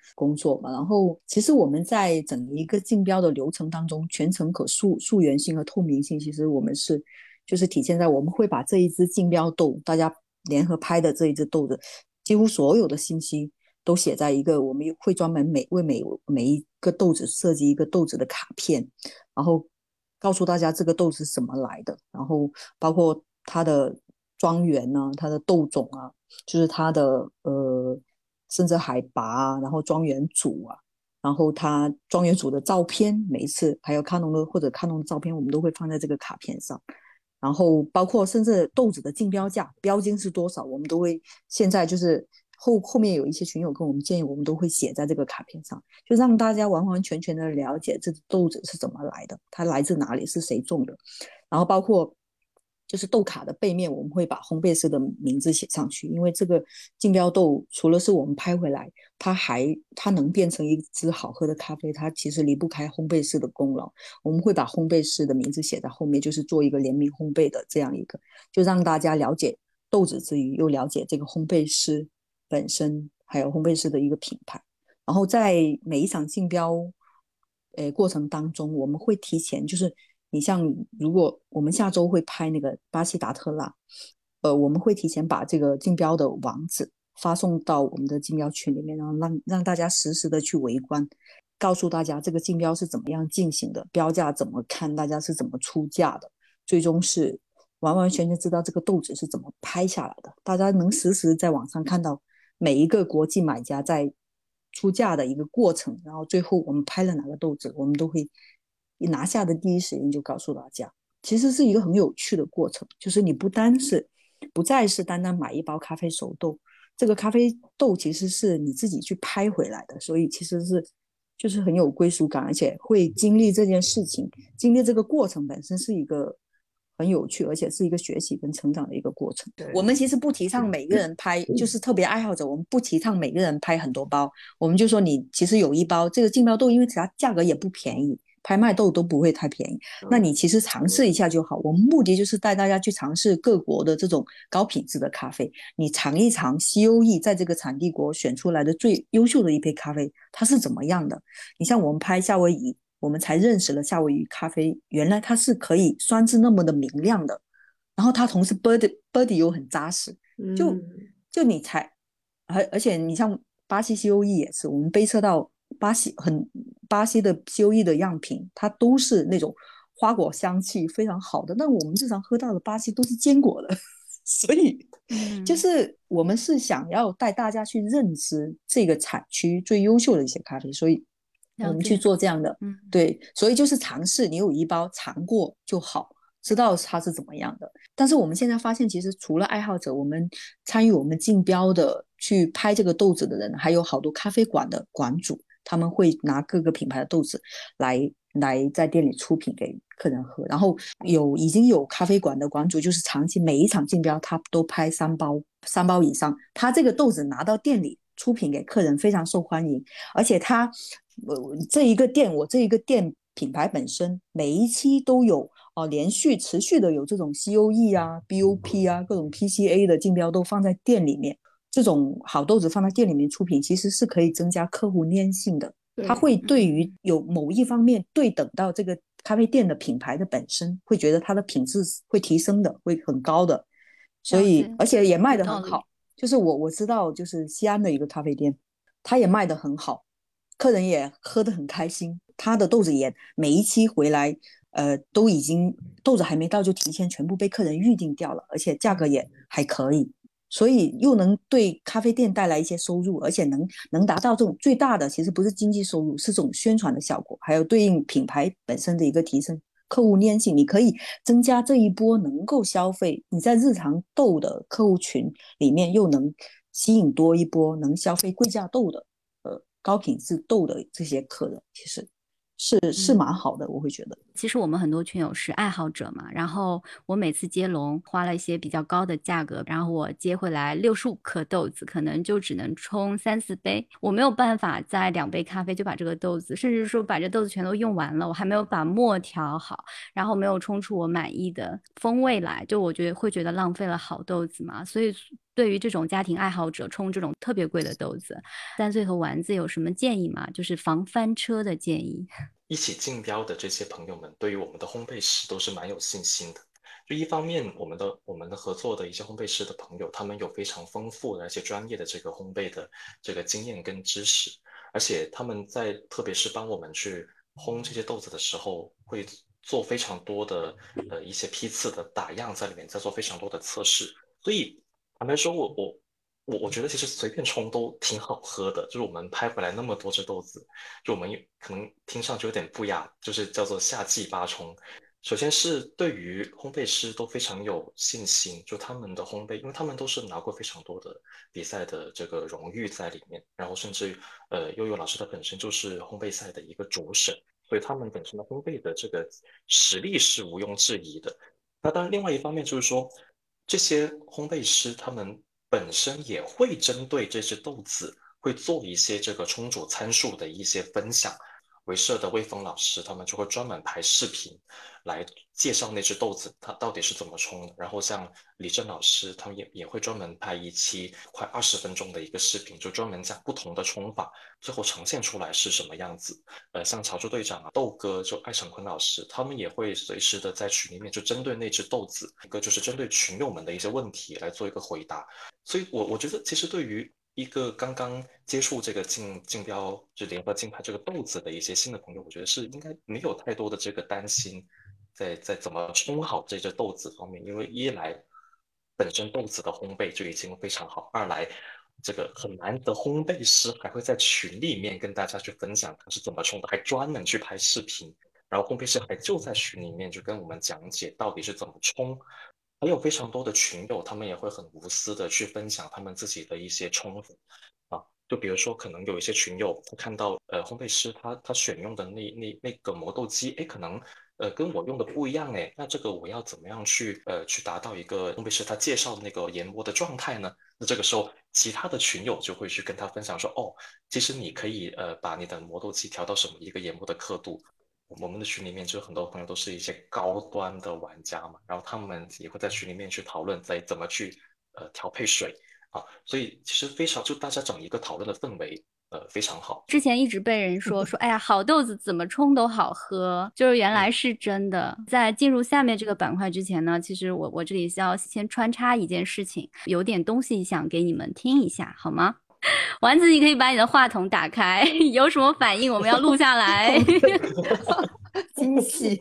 工作嘛。然后其实我们在整一个竞标的流程当中，全程可溯溯源性和透明性，其实我们是就是体现在我们会把这一支竞标豆，大家联合拍的这一支豆子，几乎所有的信息都写在一个，我们会专门每为每每一个豆子设计一个豆子的卡片，然后告诉大家这个豆子是怎么来的，然后包括它的庄园啊，它的豆种啊，就是它的呃，甚至海拔啊，然后庄园主啊，然后它庄园主的照片，每一次还有看农的或者看农的照片，我们都会放在这个卡片上。然后包括甚至豆子的竞标价标金是多少，我们都会现在就是后后面有一些群友跟我们建议，我们都会写在这个卡片上，就让大家完完全全的了解这豆子是怎么来的，它来自哪里，是谁种的。然后包括就是豆卡的背面，我们会把烘焙师的名字写上去，因为这个竞标豆除了是我们拍回来，它还它能变成一支好喝的咖啡，它其实离不开烘焙师的功劳。我们会把烘焙师的名字写在后面，就是做一个联名烘焙的这样一个，就让大家了解豆子之余，又了解这个烘焙师本身，还有烘焙师的一个品牌。然后在每一场竞标呃过程当中，我们会提前就是你像如果我们下周会拍那个巴西达特拉，呃，我们会提前把这个竞标的网址发送到我们的竞标群里面，然后让让大家实时的去围观，告诉大家这个竞标是怎么样进行的，标价怎么看，大家是怎么出价的，最终是完完全全知道这个豆子是怎么拍下来的，大家能实时在网上看到每一个国际买家在出价的一个过程，然后最后我们拍了哪个豆子，我们都会拿下的第一时间就告诉大家。其实是一个很有趣的过程，就是你不单是不再是单单买一包咖啡熟豆，这个咖啡豆其实是你自己去拍回来的，所以其实是就是很有归属感，而且会经历这件事情，经历这个过程本身是一个很有趣，而且是一个学习跟成长的一个过程。我们其实不提倡每个人拍，就是特别爱好者，我们不提倡每个人拍很多包，我们就说你其实有一包这个竞标豆，因为它价格也不便宜，拍卖豆都不会太便宜，那你其实尝试一下就好。我们目的就是带大家去尝试各国的这种高品质的咖啡，你尝一尝 C O E 在这个产地国选出来的最优秀的一杯咖啡它是怎么样的。你像我们拍夏威夷，我们才认识了夏威夷咖啡，原来它是可以酸质那么的明亮的，然后它同时 body body 又很扎实，就就你才而而且你像巴西 C O E 也是，我们杯测到巴西很巴西的 C O E 的样品，它都是那种花果香气非常好的，但我们日常喝到的巴西都是坚果的，所以就是我们是想要带大家去认知这个产区最优秀的一些咖啡，所以我们去做这样的，嗯，对，所以就是尝试，你有一包尝过就好，知道它是怎么样的。但是我们现在发现，其实除了爱好者，我们参与我们竞标的去拍这个豆子的人，还有好多咖啡馆的馆主，他们会拿各个品牌的豆子来来在店里出品给客人喝。然后有已经有咖啡馆的馆主，就是长期每一场竞标他都拍三包三包以上，他这个豆子拿到店里出品给客人非常受欢迎，而且他呃这一个店我这一个店品牌本身每一期都有哦，连续持续的有这种 C O E 啊 B O P 啊各种 P C A 的竞标豆放在店里面，这种好豆子放在店里面出品其实是可以增加客户粘性的，它会对于有某一方面对等到这个咖啡店的品牌的本身，会觉得它的品质会提升的，会很高的，所以而且也卖得很好。就是我我知道就是西安的一个咖啡店，它也卖得很好，客人也喝得很开心，他的豆子也每一期回来呃，都已经豆子还没到就提前全部被客人预定掉了，而且价格也还可以，所以又能对咖啡店带来一些收入，而且能能达到这种最大的其实不是经济收入，是这种宣传的效果，还有对应品牌本身的一个提升，客户粘性，你可以增加这一波能够消费，你在日常豆的客户群里面又能吸引多一波能消费贵价豆的呃高品质豆的这些客人，其实是是蛮好的、嗯、我会觉得。
其实我们很多群友是爱好者嘛，然后我每次接龙花了一些比较高的价格，然后我接回来六十五颗豆子，可能就只能冲三四杯，我没有办法在两杯咖啡就把这个豆子，甚至说把这豆子全都用完了，我还没有把沫调好，然后没有冲出我满意的风味来，就我觉得会觉得浪费了好豆子嘛，所以对于这种家庭爱好者冲这种特别贵的豆子，三岁和丸子有什么建议吗？就是防翻车的建议。
一起竞标的这些朋友们，对于我们的烘焙师都是蛮有信心的。就一方面，我们的我们的合作的一些烘焙师的朋友，他们有非常丰富的而且专业的这个烘焙的这个经验跟知识，而且他们在特别是帮我们去烘这些豆子的时候，会做非常多的呃一些批次的打样在里面，在做非常多的测试。所以坦白说，我我我我觉得其实随便冲都挺好喝的。就是我们拍回来那么多只豆子，就我们可能听上去有点不雅，就是叫做夏季八冲。首先是对于烘焙师都非常有信心，就他们的烘焙，因为他们都是拿过非常多的比赛的这个荣誉在里面，然后甚至呃悠悠老师他本身就是烘焙赛的一个主审，所以他们本身的烘焙的这个实力是毋庸置疑的。那当然，另外一方面就是说，这些烘焙师他们本身也会针对这只豆子，会做一些这个冲煮参数的一些分享。维社的魏峰老师他们就会专门拍视频来介绍那只豆子它到底是怎么冲的。然后像李正老师他们也也会专门拍一期快二十分钟的一个视频，就专门讲不同的冲法，最后呈现出来是什么样子。呃，像潮州队长啊、豆哥、就艾成坤老师，他们也会随时的在群里面就针对那只豆子，一个就是针对群友们的一些问题来做一个回答。所以我我觉得其实对于一个刚刚接触这个竞竞标就联合竞拍这个豆子的一些新的朋友，我觉得是应该没有太多的这个担心在在怎么冲好这只豆子方面。因为一来本身豆子的烘焙就已经非常好，二来这个很难得烘焙师还会在群里面跟大家去分享他是怎么冲的，还专门去拍视频，然后烘焙师还就在群里面就跟我们讲解到底是怎么冲。还有非常多的群友，他们也会很无私的去分享他们自己的一些冲法啊。就比如说，可能有一些群友他看到呃烘焙师他他选用的那那那个磨豆机，哎，可能呃跟我用的不一样，哎，那这个我要怎么样去呃去达到一个烘焙师他介绍的那个研磨的状态呢？那这个时候，其他的群友就会去跟他分享说，哦，其实你可以呃把你的磨豆机调到什么一个研磨的刻度。我们的群里面就很多朋友都是一些高端的玩家嘛，然后他们也会在群里面去讨论在怎么去呃调配水啊，所以其实非常就大家整一个讨论的氛围呃非常好。
之前一直被人说说，哎呀，好豆子怎么冲都好喝，就是原来是真的。在进入下面这个板块之前呢，其实我我这里需要先穿插一件事情，有点东西想给你们听一下，好吗？丸子，你可以把你的话筒打开，有什么反应我们要录下来。
惊喜。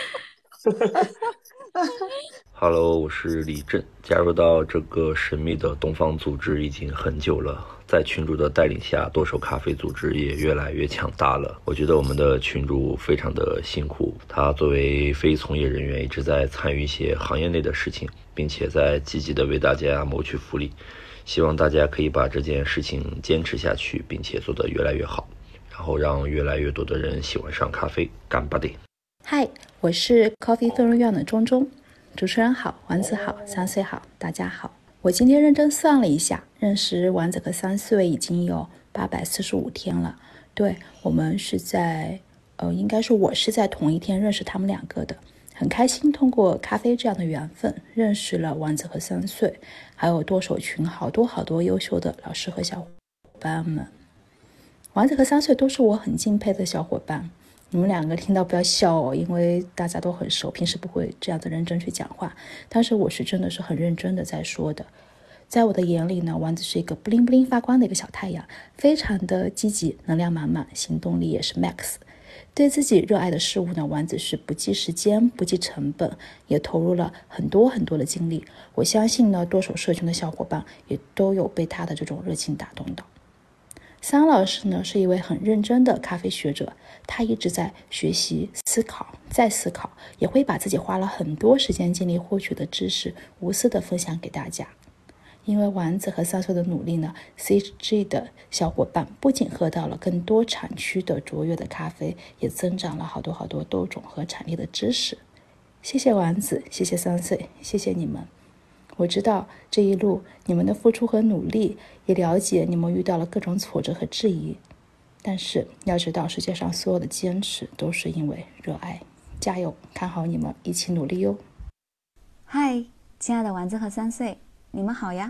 Hello， 我是李振，加入到这个神秘的东方组织已经很久了，在群主的带领下，剁手咖啡组织也越来越强大了。我觉得我们的群主非常的辛苦，他作为非从业人员一直在参与一些行业内的事情，并且在积极的为大家谋取福利。希望大家可以把这件事情坚持下去，并且做得越来越好，然后让越来越多的人喜欢上咖啡。干巴爹！
嗨，我是 Coffee Theory 的钟钟。主持人好，丸子好，三岁好，大家好。我今天认真算了一下，认识丸子和三岁已经有八百四十五天了。对，我们是在，呃，应该说我是在同一天认识他们两个的。很开心通过咖啡这样的缘分，认识了丸子和三岁，还有剁手群好多好多优秀的老师和小伙伴们。丸子和三岁都是我很敬佩的小伙伴。你们两个听到不要笑哦，因为大家都很熟，平时不会这样子认真去讲话，但是我是真的是很认真的在说的。在我的眼里呢，丸子是一个布灵布灵发光的一个小太阳，非常的积极，能量满满，行动力也是 max。 对自己热爱的事物呢，丸子是不计时间不计成本，也投入了很多很多的精力。我相信呢，剁手社群的小伙伴也都有被他的这种热情打动到。桑老师呢是一位很认真的咖啡学者，他一直在学习、思考、再思考，也会把自己花了很多时间精力获取的知识无私的分享给大家。因为丸子和三岁的努力呢 ，C H G 的小伙伴不仅喝到了更多产区的卓越的咖啡，也增长了好多好多豆种和产地的知识。谢谢丸子，谢谢三岁，谢谢你们。我知道这一路你们的付出和努力，也了解你们遇到了各种挫折和质疑，但是要知道世界上所有的坚持都是因为热爱。加油，看好你们，一起努力哟。
嗨，亲爱的丸子和三岁，你们好呀。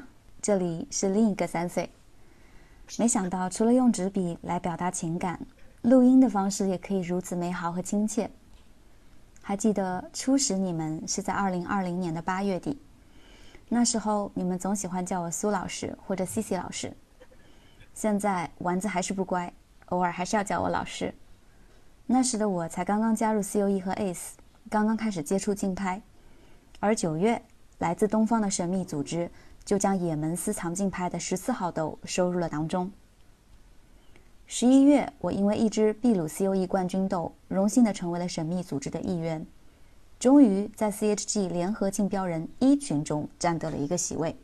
这里是另一个三岁。没想到除了用纸笔来表达情感，录音的方式也可以如此美好和亲切。还记得初识你们是在二零二零年的八月底，那时候你们总喜欢叫我苏老师或者 C C 老师。现在丸子还是不乖，偶尔还是要叫我老师。那时的我才刚刚加入 C O E 和 A C E， 刚刚开始接触竞拍，而九月来自东方的神秘组织就将也门私藏竞拍的十四号豆收入了囊中。十一月，我因为一支秘鲁 C O E 冠军豆，荣幸地成为了神秘组织的一员，终于在 C H G 联合竞标人一群中占得了一个席位。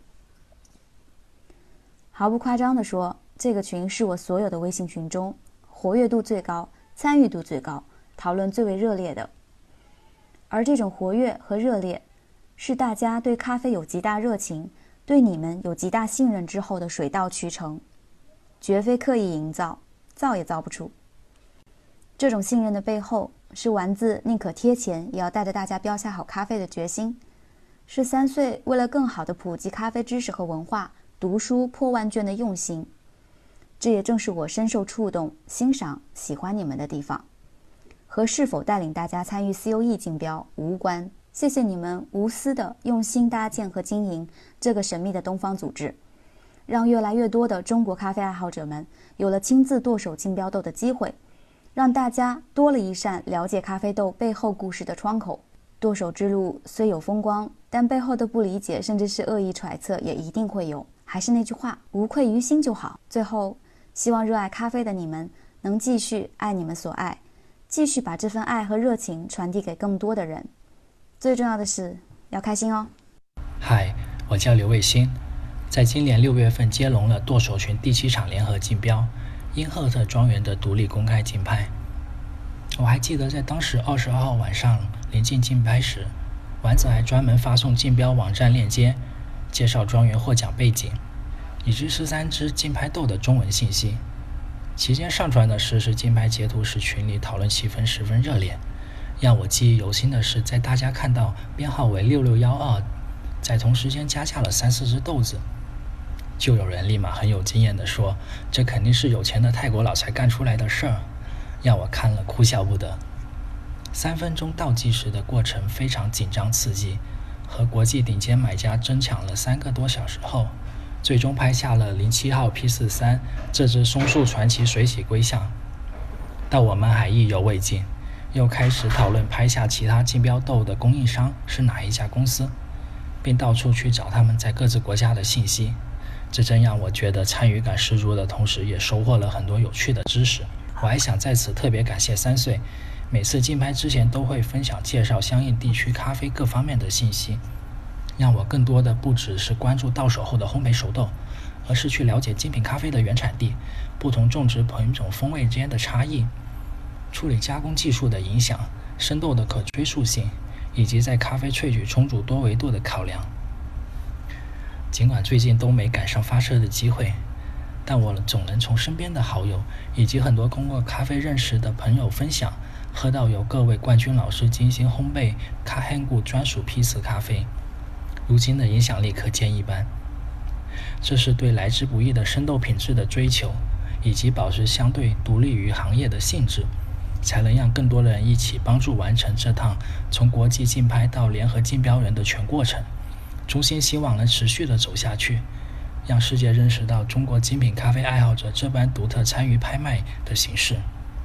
毫不夸张地说，这个群是我所有的微信群中活跃度最高、参与度最高、讨论最为热烈的。而这种活跃和热烈，是大家对咖啡有极大热情，对你们有极大信任之后的水到渠成，绝非刻意营造，造也造不出。这种信任的背后，是丸子宁可贴钱也要带着大家标下好咖啡的决心，是三岁为了更好的普及咖啡知识和文化，读书破万卷的用心。这也正是我深受触动、欣赏、喜欢你们的地方。和是否带领大家参与 C O E 竞标无关，谢谢你们无私的用心搭建和经营这个神秘的东方组织，让越来越多的中国咖啡爱好者们有了亲自剁手竞标豆的机会，让大家多了一扇了解咖啡豆背后故事的窗口。剁手之路虽有风光，但背后的不理解甚至是恶意揣测也一定会有。还是那句话，无愧于心就好。最后，希望热爱咖啡的你们能继续爱你们所爱，继续把这份爱和热情传递给更多的人。最重要的是要开心哦。
嗨，我叫刘卫星，在今年六月份接龙了剁手群第七场联合竞标因赫特庄园的独立公开竞拍。我还记得在当时二十二号晚上临近竞拍时，丸子还专门发送竞标网站链接，介绍庄园获奖背景以及十三支竞拍豆的中文信息。期间上传的实时竞拍截图使群里讨论气氛十分热烈。让我记忆犹新的是，在大家看到编号为六六一二，在同时间加价了三四只豆子，就有人立马很有经验地说，这肯定是有钱的泰国佬才干出来的事儿，让我看了哭笑不得。三分钟倒计时的过程非常紧张刺激，和国际顶尖买家争抢了三个多小时后，最终拍下了零七号 P 四十三 这只松树传奇水洗龟象。但我们还意犹未尽，又开始讨论拍下其他竞标豆的供应商是哪一家公司，并到处去找他们在各自国家的信息。这真让我觉得参与感十足的同时，也收获了很多有趣的知识。我还想在此特别感谢三岁，每次竞拍之前都会分享介绍相应地区咖啡各方面的信息，让我更多的不只是关注到手后的烘焙熟豆，而是去了解精品咖啡的原产地、不同种植品种风味之间的差异、处理加工技术的影响、生豆的可追溯性，以及在咖啡萃取冲煮多维度的考量。尽管最近都没赶上发车的机会，但我总能从身边的好友以及很多通过咖啡认识的朋友分享，喝到由各位冠军老师精心烘焙咖黑谷专属批次咖啡，如今的影响力可见一斑。这是对来之不易的生豆品质的追求，以及保持相对独立于行业的性质，才能让更多的人一起帮助完成这趟从国际竞拍到联合竞标人的全过程。衷心希望能持续的走下去，让世界认识到中国精品咖啡爱好者这般独特参与拍卖的形式，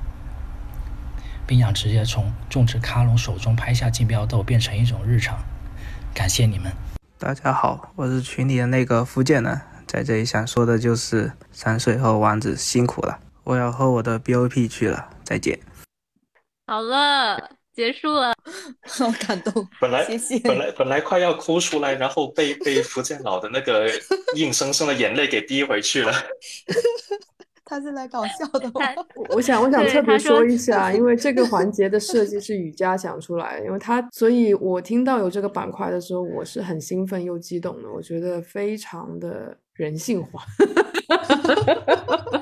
并让直接从种植咖农手中拍下竞标豆变成一种日常。感谢你们。
大家好，我是群里的那个福建人，在这里想说的就是三岁和丸子辛苦了，我要和我的 B O P 去了，再见。
好了，结束了。
好感动，
本来
谢谢。
本来本来快要哭出来，然后被被福建佬的那个硬生生的眼泪给逼回去了。
他是来搞笑的吗？
我想我想特别说一下，因为这个环节的设计是雨佳想出来的，因为他，所以我听到有这个板块的时候，我是很兴奋又激动的，我觉得非常的人性化。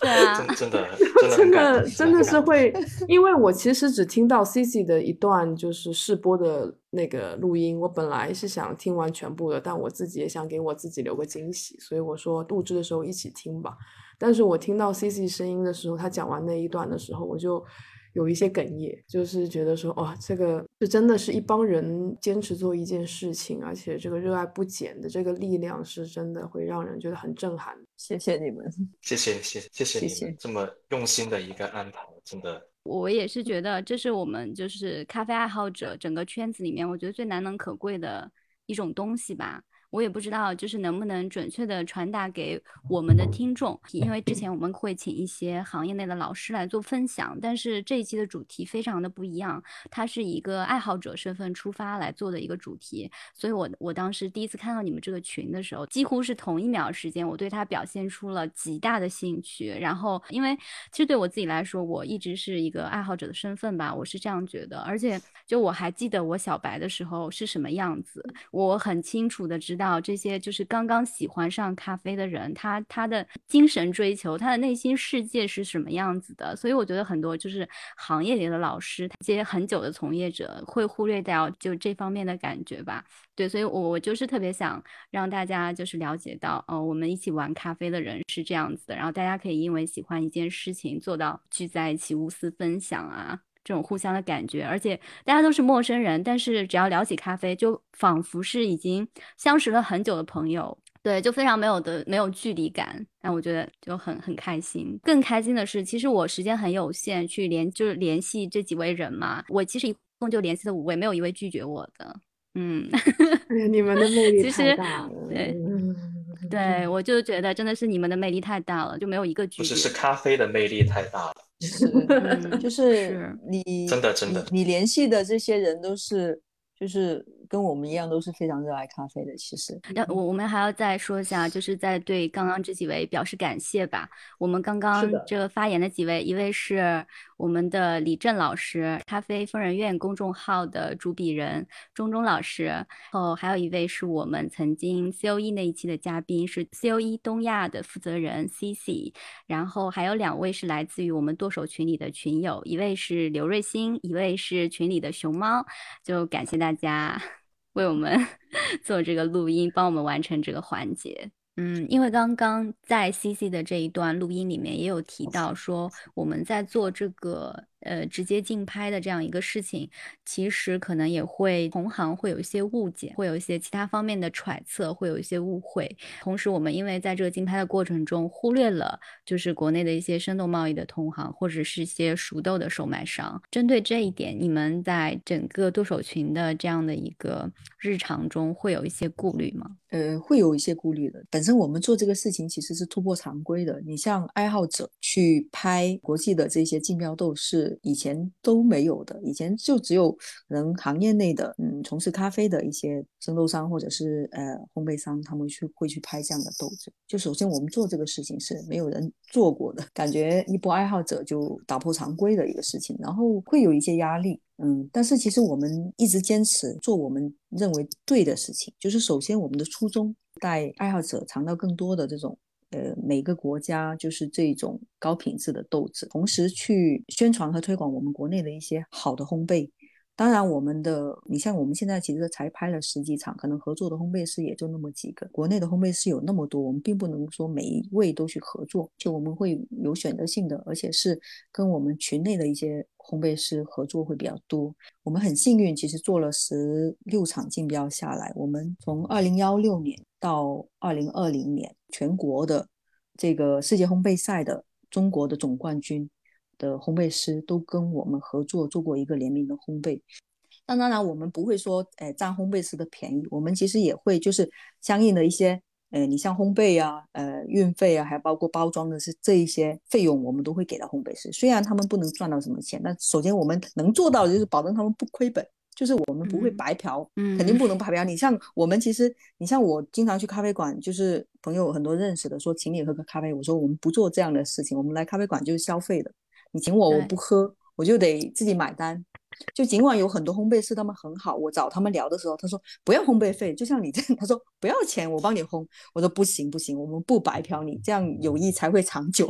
对啊，
真真的真的
真
很感
的
动，
真的是
很感动。
会，因为我其实只听到 C C 的一段就是试播的那个录音，我本来是想听完全部的，但我自己也想给我自己留个惊喜，所以我说录制的时候一起听吧。但是我听到 C C 声音的时候，他讲完那一段的时候，我就有一些哽咽，就是觉得说，哦，这个就真的是一帮人坚持做一件事情，而且这个热爱不减的这个力量，是真的会让人觉得很震撼。
谢谢你们，
谢谢谢谢谢
谢
你们
谢。
这么用心的一个安排，真的。
我也是觉得这是我们就是咖啡爱好者整个圈子里面，我觉得最难能可贵的一种东西吧。我也不知道就是能不能准确的传达给我们的听众，因为之前我们会请一些行业内的老师来做分享，但是这一期的主题非常的不一样，它是以一个爱好者身份出发来做的一个主题，所以我我当时第一次看到你们这个群的时候，几乎是同一秒时间，我对它表现出了极大的兴趣。然后因为其实对我自己来说，我一直是一个爱好者的身份吧，我是这样觉得，而且就我还记得我小白的时候是什么样子，我很清楚的知道这些就是刚刚喜欢上咖啡的人，他他的精神追求，他的内心世界是什么样子的。所以我觉得很多就是行业里的老师，这些很久的从业者会忽略掉就这方面的感觉吧。对，所以我我就是特别想让大家就是了解到，呃，我们一起玩咖啡的人是这样子的，然后大家可以因为喜欢一件事情做到聚在一起无私分享啊，这种互相的感觉，而且大家都是陌生人，但是只要聊起咖啡，就仿佛是已经相识了很久的朋友。对，就非常没有的没有距离感，但我觉得就很很开心。更开心的是，其实我时间很有限，去联就是联系这几位人嘛，我其实一共就联系了五位，没有一位拒绝我的。嗯，
哎呀，你们的魅力
其实
太大了。
对对，我就觉得真的是你们的魅力太大了，就没有一个拒绝。
不只是咖啡的魅力太大了，
是，
嗯，
就是你
真的真的
你你联系的这些人都是就是跟我们一样都是非常热爱咖啡的。其实，
那我我们还要再说一下，就是在对刚刚这几位表示感谢吧。我们刚刚这个发言的几位，一位是我们的李振老师，咖啡疯人院公众号的主笔人钟钟老师，然后还有一位是我们曾经 C O E 那一期的嘉宾，是 C O E 东亚的负责人 C C， 然后还有两位是来自于我们剁手群里的群友，一位是刘瑞欣，一位是群里的熊猫，就感谢大家为我们做这个录音，帮我们完成这个环节。嗯，因为刚刚在 C C 的这一段录音里面也有提到说，我们在做这个呃直接竞拍的这样一个事情，其实可能也会同行会有一些误解，会有一些其他方面的揣测，会有一些误会。同时，我们因为在这个竞拍的过程中忽略了就是国内的一些深度贸易的同行或者是一些熟豆的售卖商。针对这一点，你们在整个剁手群的这样的一个日常中会有一些顾虑吗？
呃，会有一些顾虑的。本身我们做这个事情其实是突破常规的。你像爱好者去拍国际的这些竞标豆是以前都没有的，以前就只有可能行业内的嗯从事咖啡的一些生豆商或者是呃烘焙商，他们去会去拍这样的豆子。就首先我们做这个事情是没有人做过的，感觉一波爱好者就打破常规的一个事情，然后会有一些压力。嗯，但是其实我们一直坚持做我们认为对的事情，就是首先我们的初衷带爱好者尝到更多的这种呃每个国家就是这种高品质的豆子，同时去宣传和推广我们国内的一些好的烘焙。当然我们的你像我们现在其实才拍了十几场，可能合作的烘焙师也就那么几个，国内的烘焙师有那么多，我们并不能说每一位都去合作，就我们会有选择性的，而且是跟我们群内的一些烘焙师合作会比较多。我们很幸运，其实做了十六场竞标下来，我们从二零一六年到二零二零年全国的这个世界烘焙赛的中国的总冠军的烘焙师都跟我们合作做过一个联名的烘焙。当然我们不会说呃占烘焙师的便宜，我们其实也会就是相应的一些呃你像烘焙啊呃运费啊还有包括包装的是这一些费用我们都会给到烘焙师，虽然他们不能赚到什么钱，但首先我们能做到的就是保证他们不亏本，就是我们不会白嫖、嗯、肯定不能白嫖。你像我们其实你像我经常去咖啡馆，就是朋友很多认识的说请你喝个咖啡，我说我们不做这样的事情，我们来咖啡馆就是消费的，你请我我不喝我就得自己买单。就尽管有很多烘焙师他们很好，我找他们聊的时候他说不要烘焙费，就像你这样他说不要钱我帮你烘，我说不行不行，我们不白嫖你，这样友谊才会长久。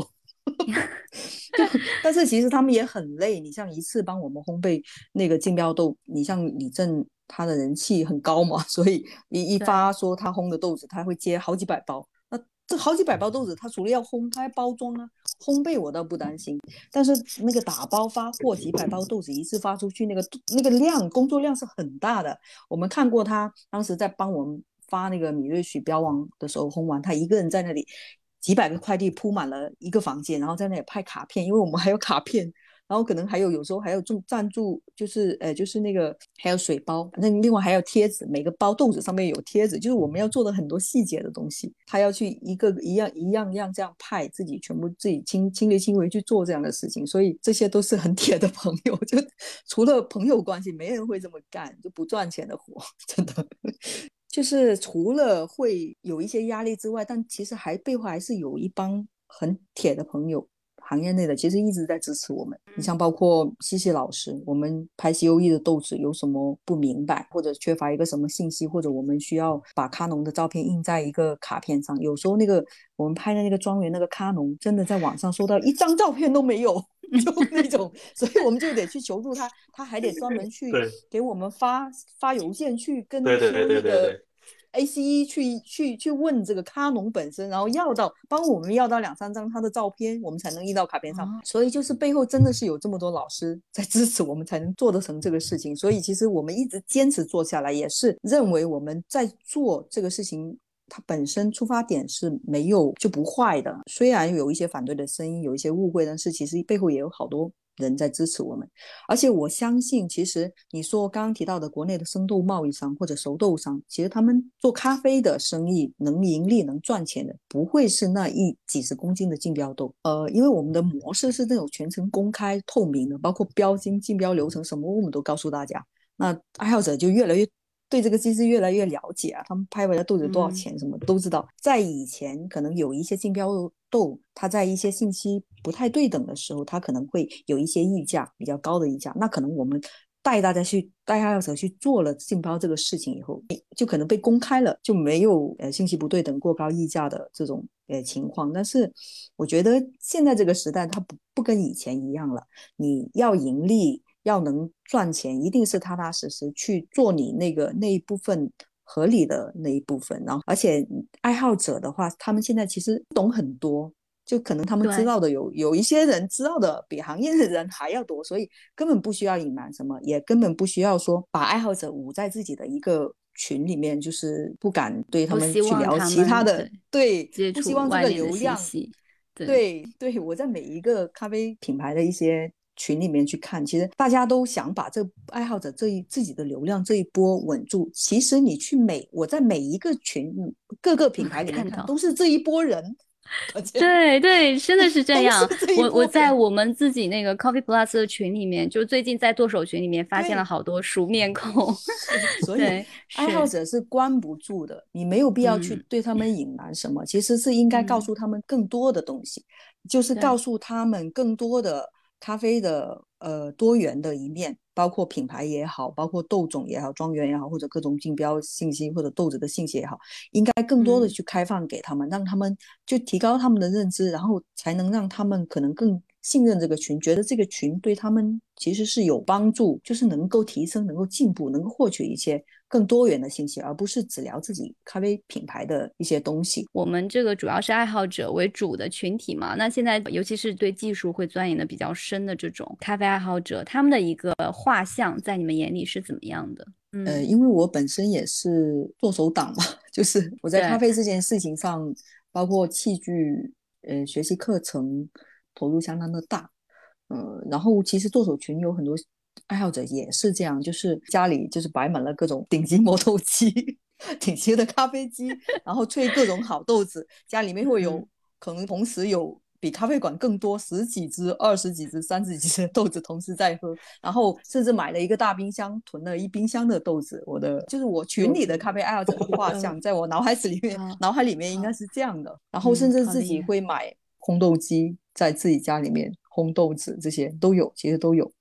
就但是其实他们也很累，你像一次帮我们烘焙那个竞标豆，你像李正他的人气很高嘛，所以一一发说他烘的豆子他会接好几百包，那这好几百包豆子他除了要烘他还包装啊，烘焙我倒不担心，但是那个打包发货几百包豆子一次发出去，那个那个量工作量是很大的。我们看过他当时在帮我们发那个米瑞许标王的时候烘完，他一个人在那里几百个快递铺满了一个房间，然后在那里派卡片，因为我们还有卡片，然后可能还有有时候还有赞助，就是呃就是那个还有水包，那另外还有贴纸，每个包豆子上面有贴纸，就是我们要做的很多细节的东西，他要去一个一样一样样这样派，自己全部自己亲亲力亲为去做这样的事情，所以这些都是很铁的朋友，就除了朋友关系，没人会这么干，就不赚钱的活，真的。就是除了会有一些压力之外，但其实还背后还是有一帮很铁的朋友，行业内的其实一直在支持我们。你像包括西西老师，我们拍 C O E 的豆子有什么不明白，或者缺乏一个什么信息，或者我们需要把咖农的照片印在一个卡片上，有时候那个我们拍的那个庄园那个咖农真的在网上收到一张照片都没有，就那种，所以我们就得去求助他，他还得专门去给我们发发邮件去跟 C O E 的A C E 去去去问这个咖农本身，然后要到帮我们要到两三张他的照片，我们才能印到卡片上。哦、所以就是背后真的是有这么多老师在支持我们，才能做得成这个事情。所以其实我们一直坚持做下来，也是认为我们在做这个事情。它本身出发点是没有就不坏的，虽然有一些反对的声音，有一些误会，但是其实背后也有好多人在支持我们。而且我相信，其实你说刚刚提到的国内的生豆贸易商或者熟豆商，其实他们做咖啡的生意能盈利能赚钱的，不会是那一几十公斤的竞标豆。呃，因为我们的模式是那种全程公开透明的，包括标金、竞标流程什么我们都告诉大家，那爱好者就越来越对这个机制越来越了解啊，他们拍回来豆子多少钱什么都知道、嗯、在以前可能有一些竞标豆，它在一些信息不太对等的时候，它可能会有一些溢价比较高的溢价，那可能我们带大家去带爱好者去做了竞标这个事情以后，就可能被公开了，就没有呃信息不对等过高溢价的这种呃情况。但是我觉得现在这个时代它不不跟以前一样了，你要盈利要能赚钱，一定是踏踏实实去做你那个那一部分合理的那一部分。然后，而且爱好者的话，他们现在其实懂很多，就可能他们知道的有有一些人知道的比行业的人还要多，所以根本不需要隐瞒什么，也根本不需要说把爱好者捂在自己的一个群里面，就是不敢对他们去聊其他的，对，不希望这个流量，对对对，我在每一个咖啡品牌的一些群里面去看，其实大家都想把这爱好者这一自己的流量这一波稳住。其实你去每我在每一个群各个品牌里面看，都是这一波人。
对对，真的是这样。我我在我们自己那个 Coffee Plus 的群里面，就最近在剁手群里面发现了好多熟面孔。
所以爱好者是关不住的，你没有必要去对他们隐瞒什么、嗯、其实是应该告诉他们更多的东西、嗯、就是告诉他们更多的咖啡的呃多元的一面，包括品牌也好，包括豆种也好，庄园也好，或者各种竞标信息或者豆子的信息也好，应该更多的去开放给他们、嗯、让他们就提高他们的认知，然后才能让他们可能更信任这个群，觉得这个群对他们其实是有帮助，就是能够提升，能够进步，能够获取一些更多元的信息，而不是只聊自己咖啡品牌的一些东西。
我们这个主要是爱好者为主的群体嘛，那现在尤其是对技术会钻研的比较深的这种咖啡爱好者，他们的一个画像在你们眼里是怎么样的？
嗯、呃，因为我本身也是做手党嘛，就是我在咖啡这件事情上，包括器具、呃，学习课程投入相当的大。呃，然后其实剁手群有很多爱好者也是这样，就是家里就是摆满了各种顶级磨豆机顶级的咖啡机，然后萃各种好豆子，家里面会有、嗯、可能同时有比咖啡馆更多十几只二十几只三十几只的豆子同时在喝，然后甚至买了一个大冰箱，囤了一冰箱的豆子。我的就是我群里的咖啡爱好者画像在我脑海里面脑海里面应该是这样的，然后甚至自己会买烘豆机在自己家里面烘豆子，这些都有，其实都有。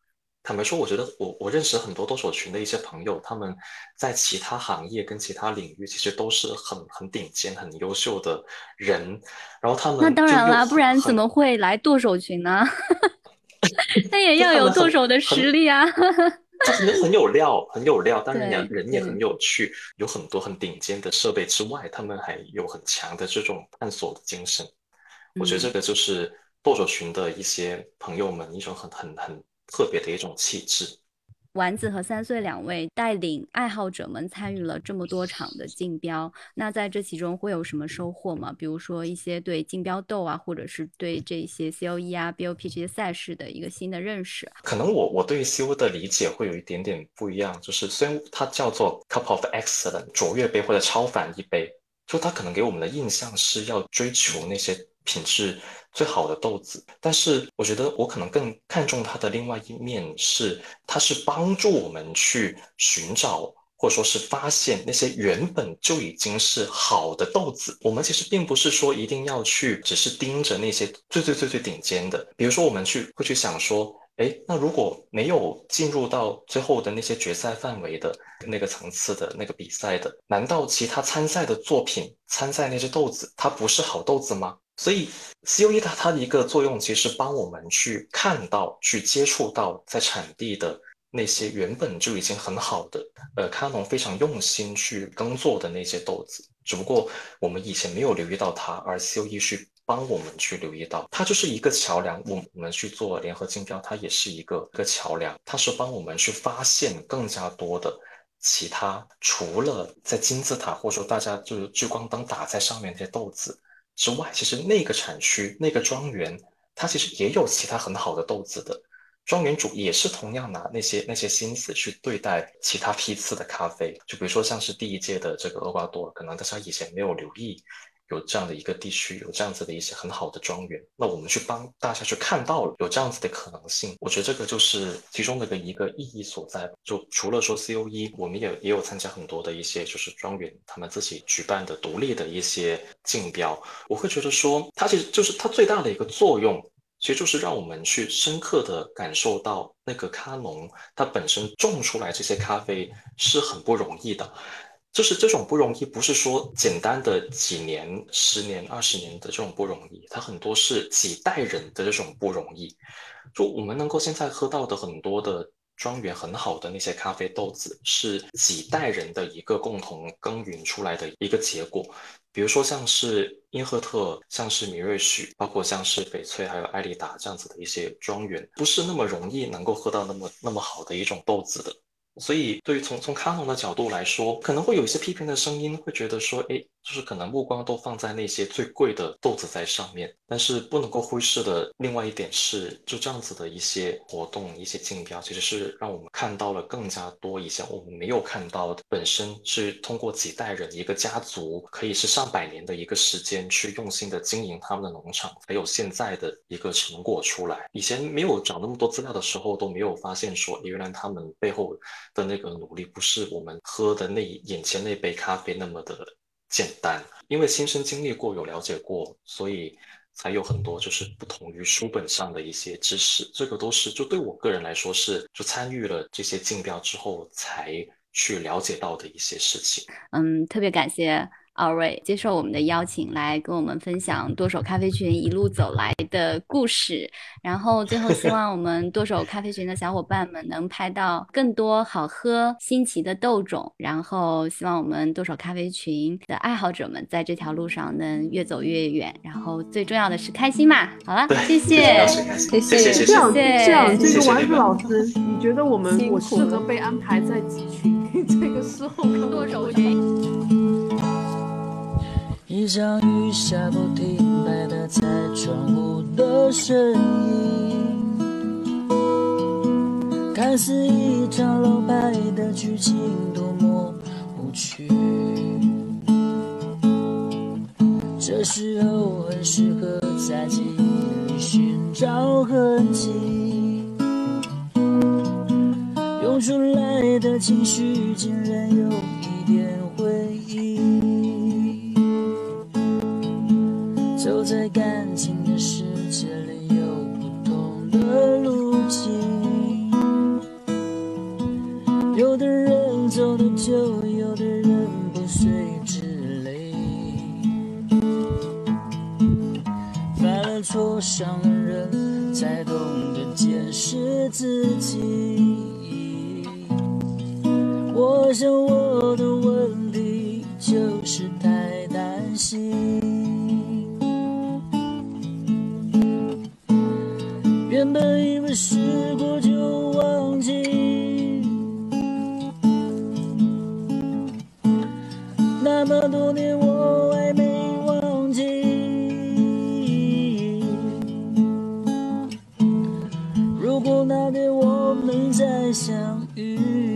坦白说，我觉得我我认识很多多手群的一些朋友，他们在其他行业跟其他领域其实都是很很顶尖、很优秀的人，然后他们
那当然啦，不然怎
么
么会来剁手群呢？他也要有剁手的实力啊。
他很很有料，很有料，当然也
对
人也很有趣，有很多很顶尖的设备之外，他们还有很强的这种探索的精神。我觉得这个就是剁手群的一些朋友们一种很很很特别的一种气质。
丸子和三岁两位带领爱好者们参与了这么多场的竞标，那在这其中会有什么收获吗？比如说一些对竞标豆啊，或者是对这些 C O E 啊、B O P 这些赛事的一个新的认识。
可能我我对 C O 的理解会有一点点不一样，就是虽然它叫做 Cup of Excellence 卓越杯或者超凡一杯，就它可能给我们的印象是要追求那些品质最好的豆子，但是我觉得我可能更看重它的另外一面是，它是帮助我们去寻找或者说是发现那些原本就已经是好的豆子。我们其实并不是说一定要去只是盯着那些最最最最顶尖的，比如说我们去会去想说，诶，那如果没有进入到最后的那些决赛范围的那个层次的那个比赛的，难道其他参赛的作品参赛那些豆子它不是好豆子吗？所以 C O E 它它的一个作用其实帮我们去看到去接触到在产地的那些原本就已经很好的呃卡农非常用心去耕作的那些豆子，只不过我们以前没有留意到它，而 C O E 去帮我们去留意到，它就是一个桥梁。我们去做联合竞标，它也是一个一个桥梁，它是帮我们去发现更加多的其他除了在金字塔或者说大家就是聚光灯打在上面这些豆子之外，其实那个产区那个庄园它其实也有其他很好的豆子的。庄园主也是同样拿那些那些心思去对待其他批次的咖啡，就比如说像是第一届的这个厄瓜多尔，可能大家以前没有留意有这样的一个地区，有这样子的一些很好的庄园，那我们去帮大家去看到了有这样子的可能性，我觉得这个就是其中的一个意义所在。就除了说 C O E， 我们也也有参加很多的一些就是庄园他们自己举办的独立的一些竞标，我会觉得说它其实就是它最大的一个作用，其实就是让我们去深刻的感受到那个咖农它本身种出来这些咖啡是很不容易的，就是这种不容易不是说简单的几年、十年、二十年的这种不容易，它很多是几代人的这种不容易。就我们能够现在喝到的很多的庄园很好的那些咖啡豆子，是几代人的一个共同耕耘出来的一个结果。比如说像是因赫特，像是米瑞许，包括像是翡翠还有艾丽达这样子的一些庄园，不是那么容易能够喝到那么那么好的一种豆子的。所以对于从从咖农的角度来说，可能会有一些批评的声音，会觉得说，诶，就是可能目光都放在那些最贵的豆子在上面，但是不能够忽视的另外一点是，就这样子的一些活动、一些竞标，其实是让我们看到了更加多一些我们没有看到的，本身是通过几代人一个家族，可以是上百年的一个时间去用心的经营他们的农场，才有现在的一个成果出来。以前没有找那么多资料的时候，都没有发现说，原来他们背后的那个努力不是我们喝的那眼前那杯咖啡那么的简单，因为亲身经历过有了解过，所以才有很多就是不同于书本上的一些知识，这个都是就对我个人来说是就参与了这些竞标之后才去了解到的一些事情。
嗯，特别感谢奥瑞接受我们的邀请来跟我们分享剁手咖啡群一路走来的故事，然后最后希望我们剁手咖啡群的小伙伴们能拍到更多好喝新奇的豆种，然后希望我们剁手咖啡群的爱好者们在这条路上能越走越远，然后最重要的是开心嘛。好了，谢谢
谢谢谢谢
这样这样，这个丸子老
师，
你觉得我们我适合被安排在几群？这个时候
剁手群。
一场雨下不停摆的在窗户的身影，看似一场老派的剧情，多么无趣。这时候很适合在记忆里寻找痕迹，涌出来的情绪竟然有一点回忆。走在感情的世界里有不同的路径， 有的人走得久，有的人不随之泪。犯了错，伤了人，才懂得检视自己。我想我的问题就是太担心。原本以为时过就忘记，那么多年我还没忘记。如果那天我们再相遇，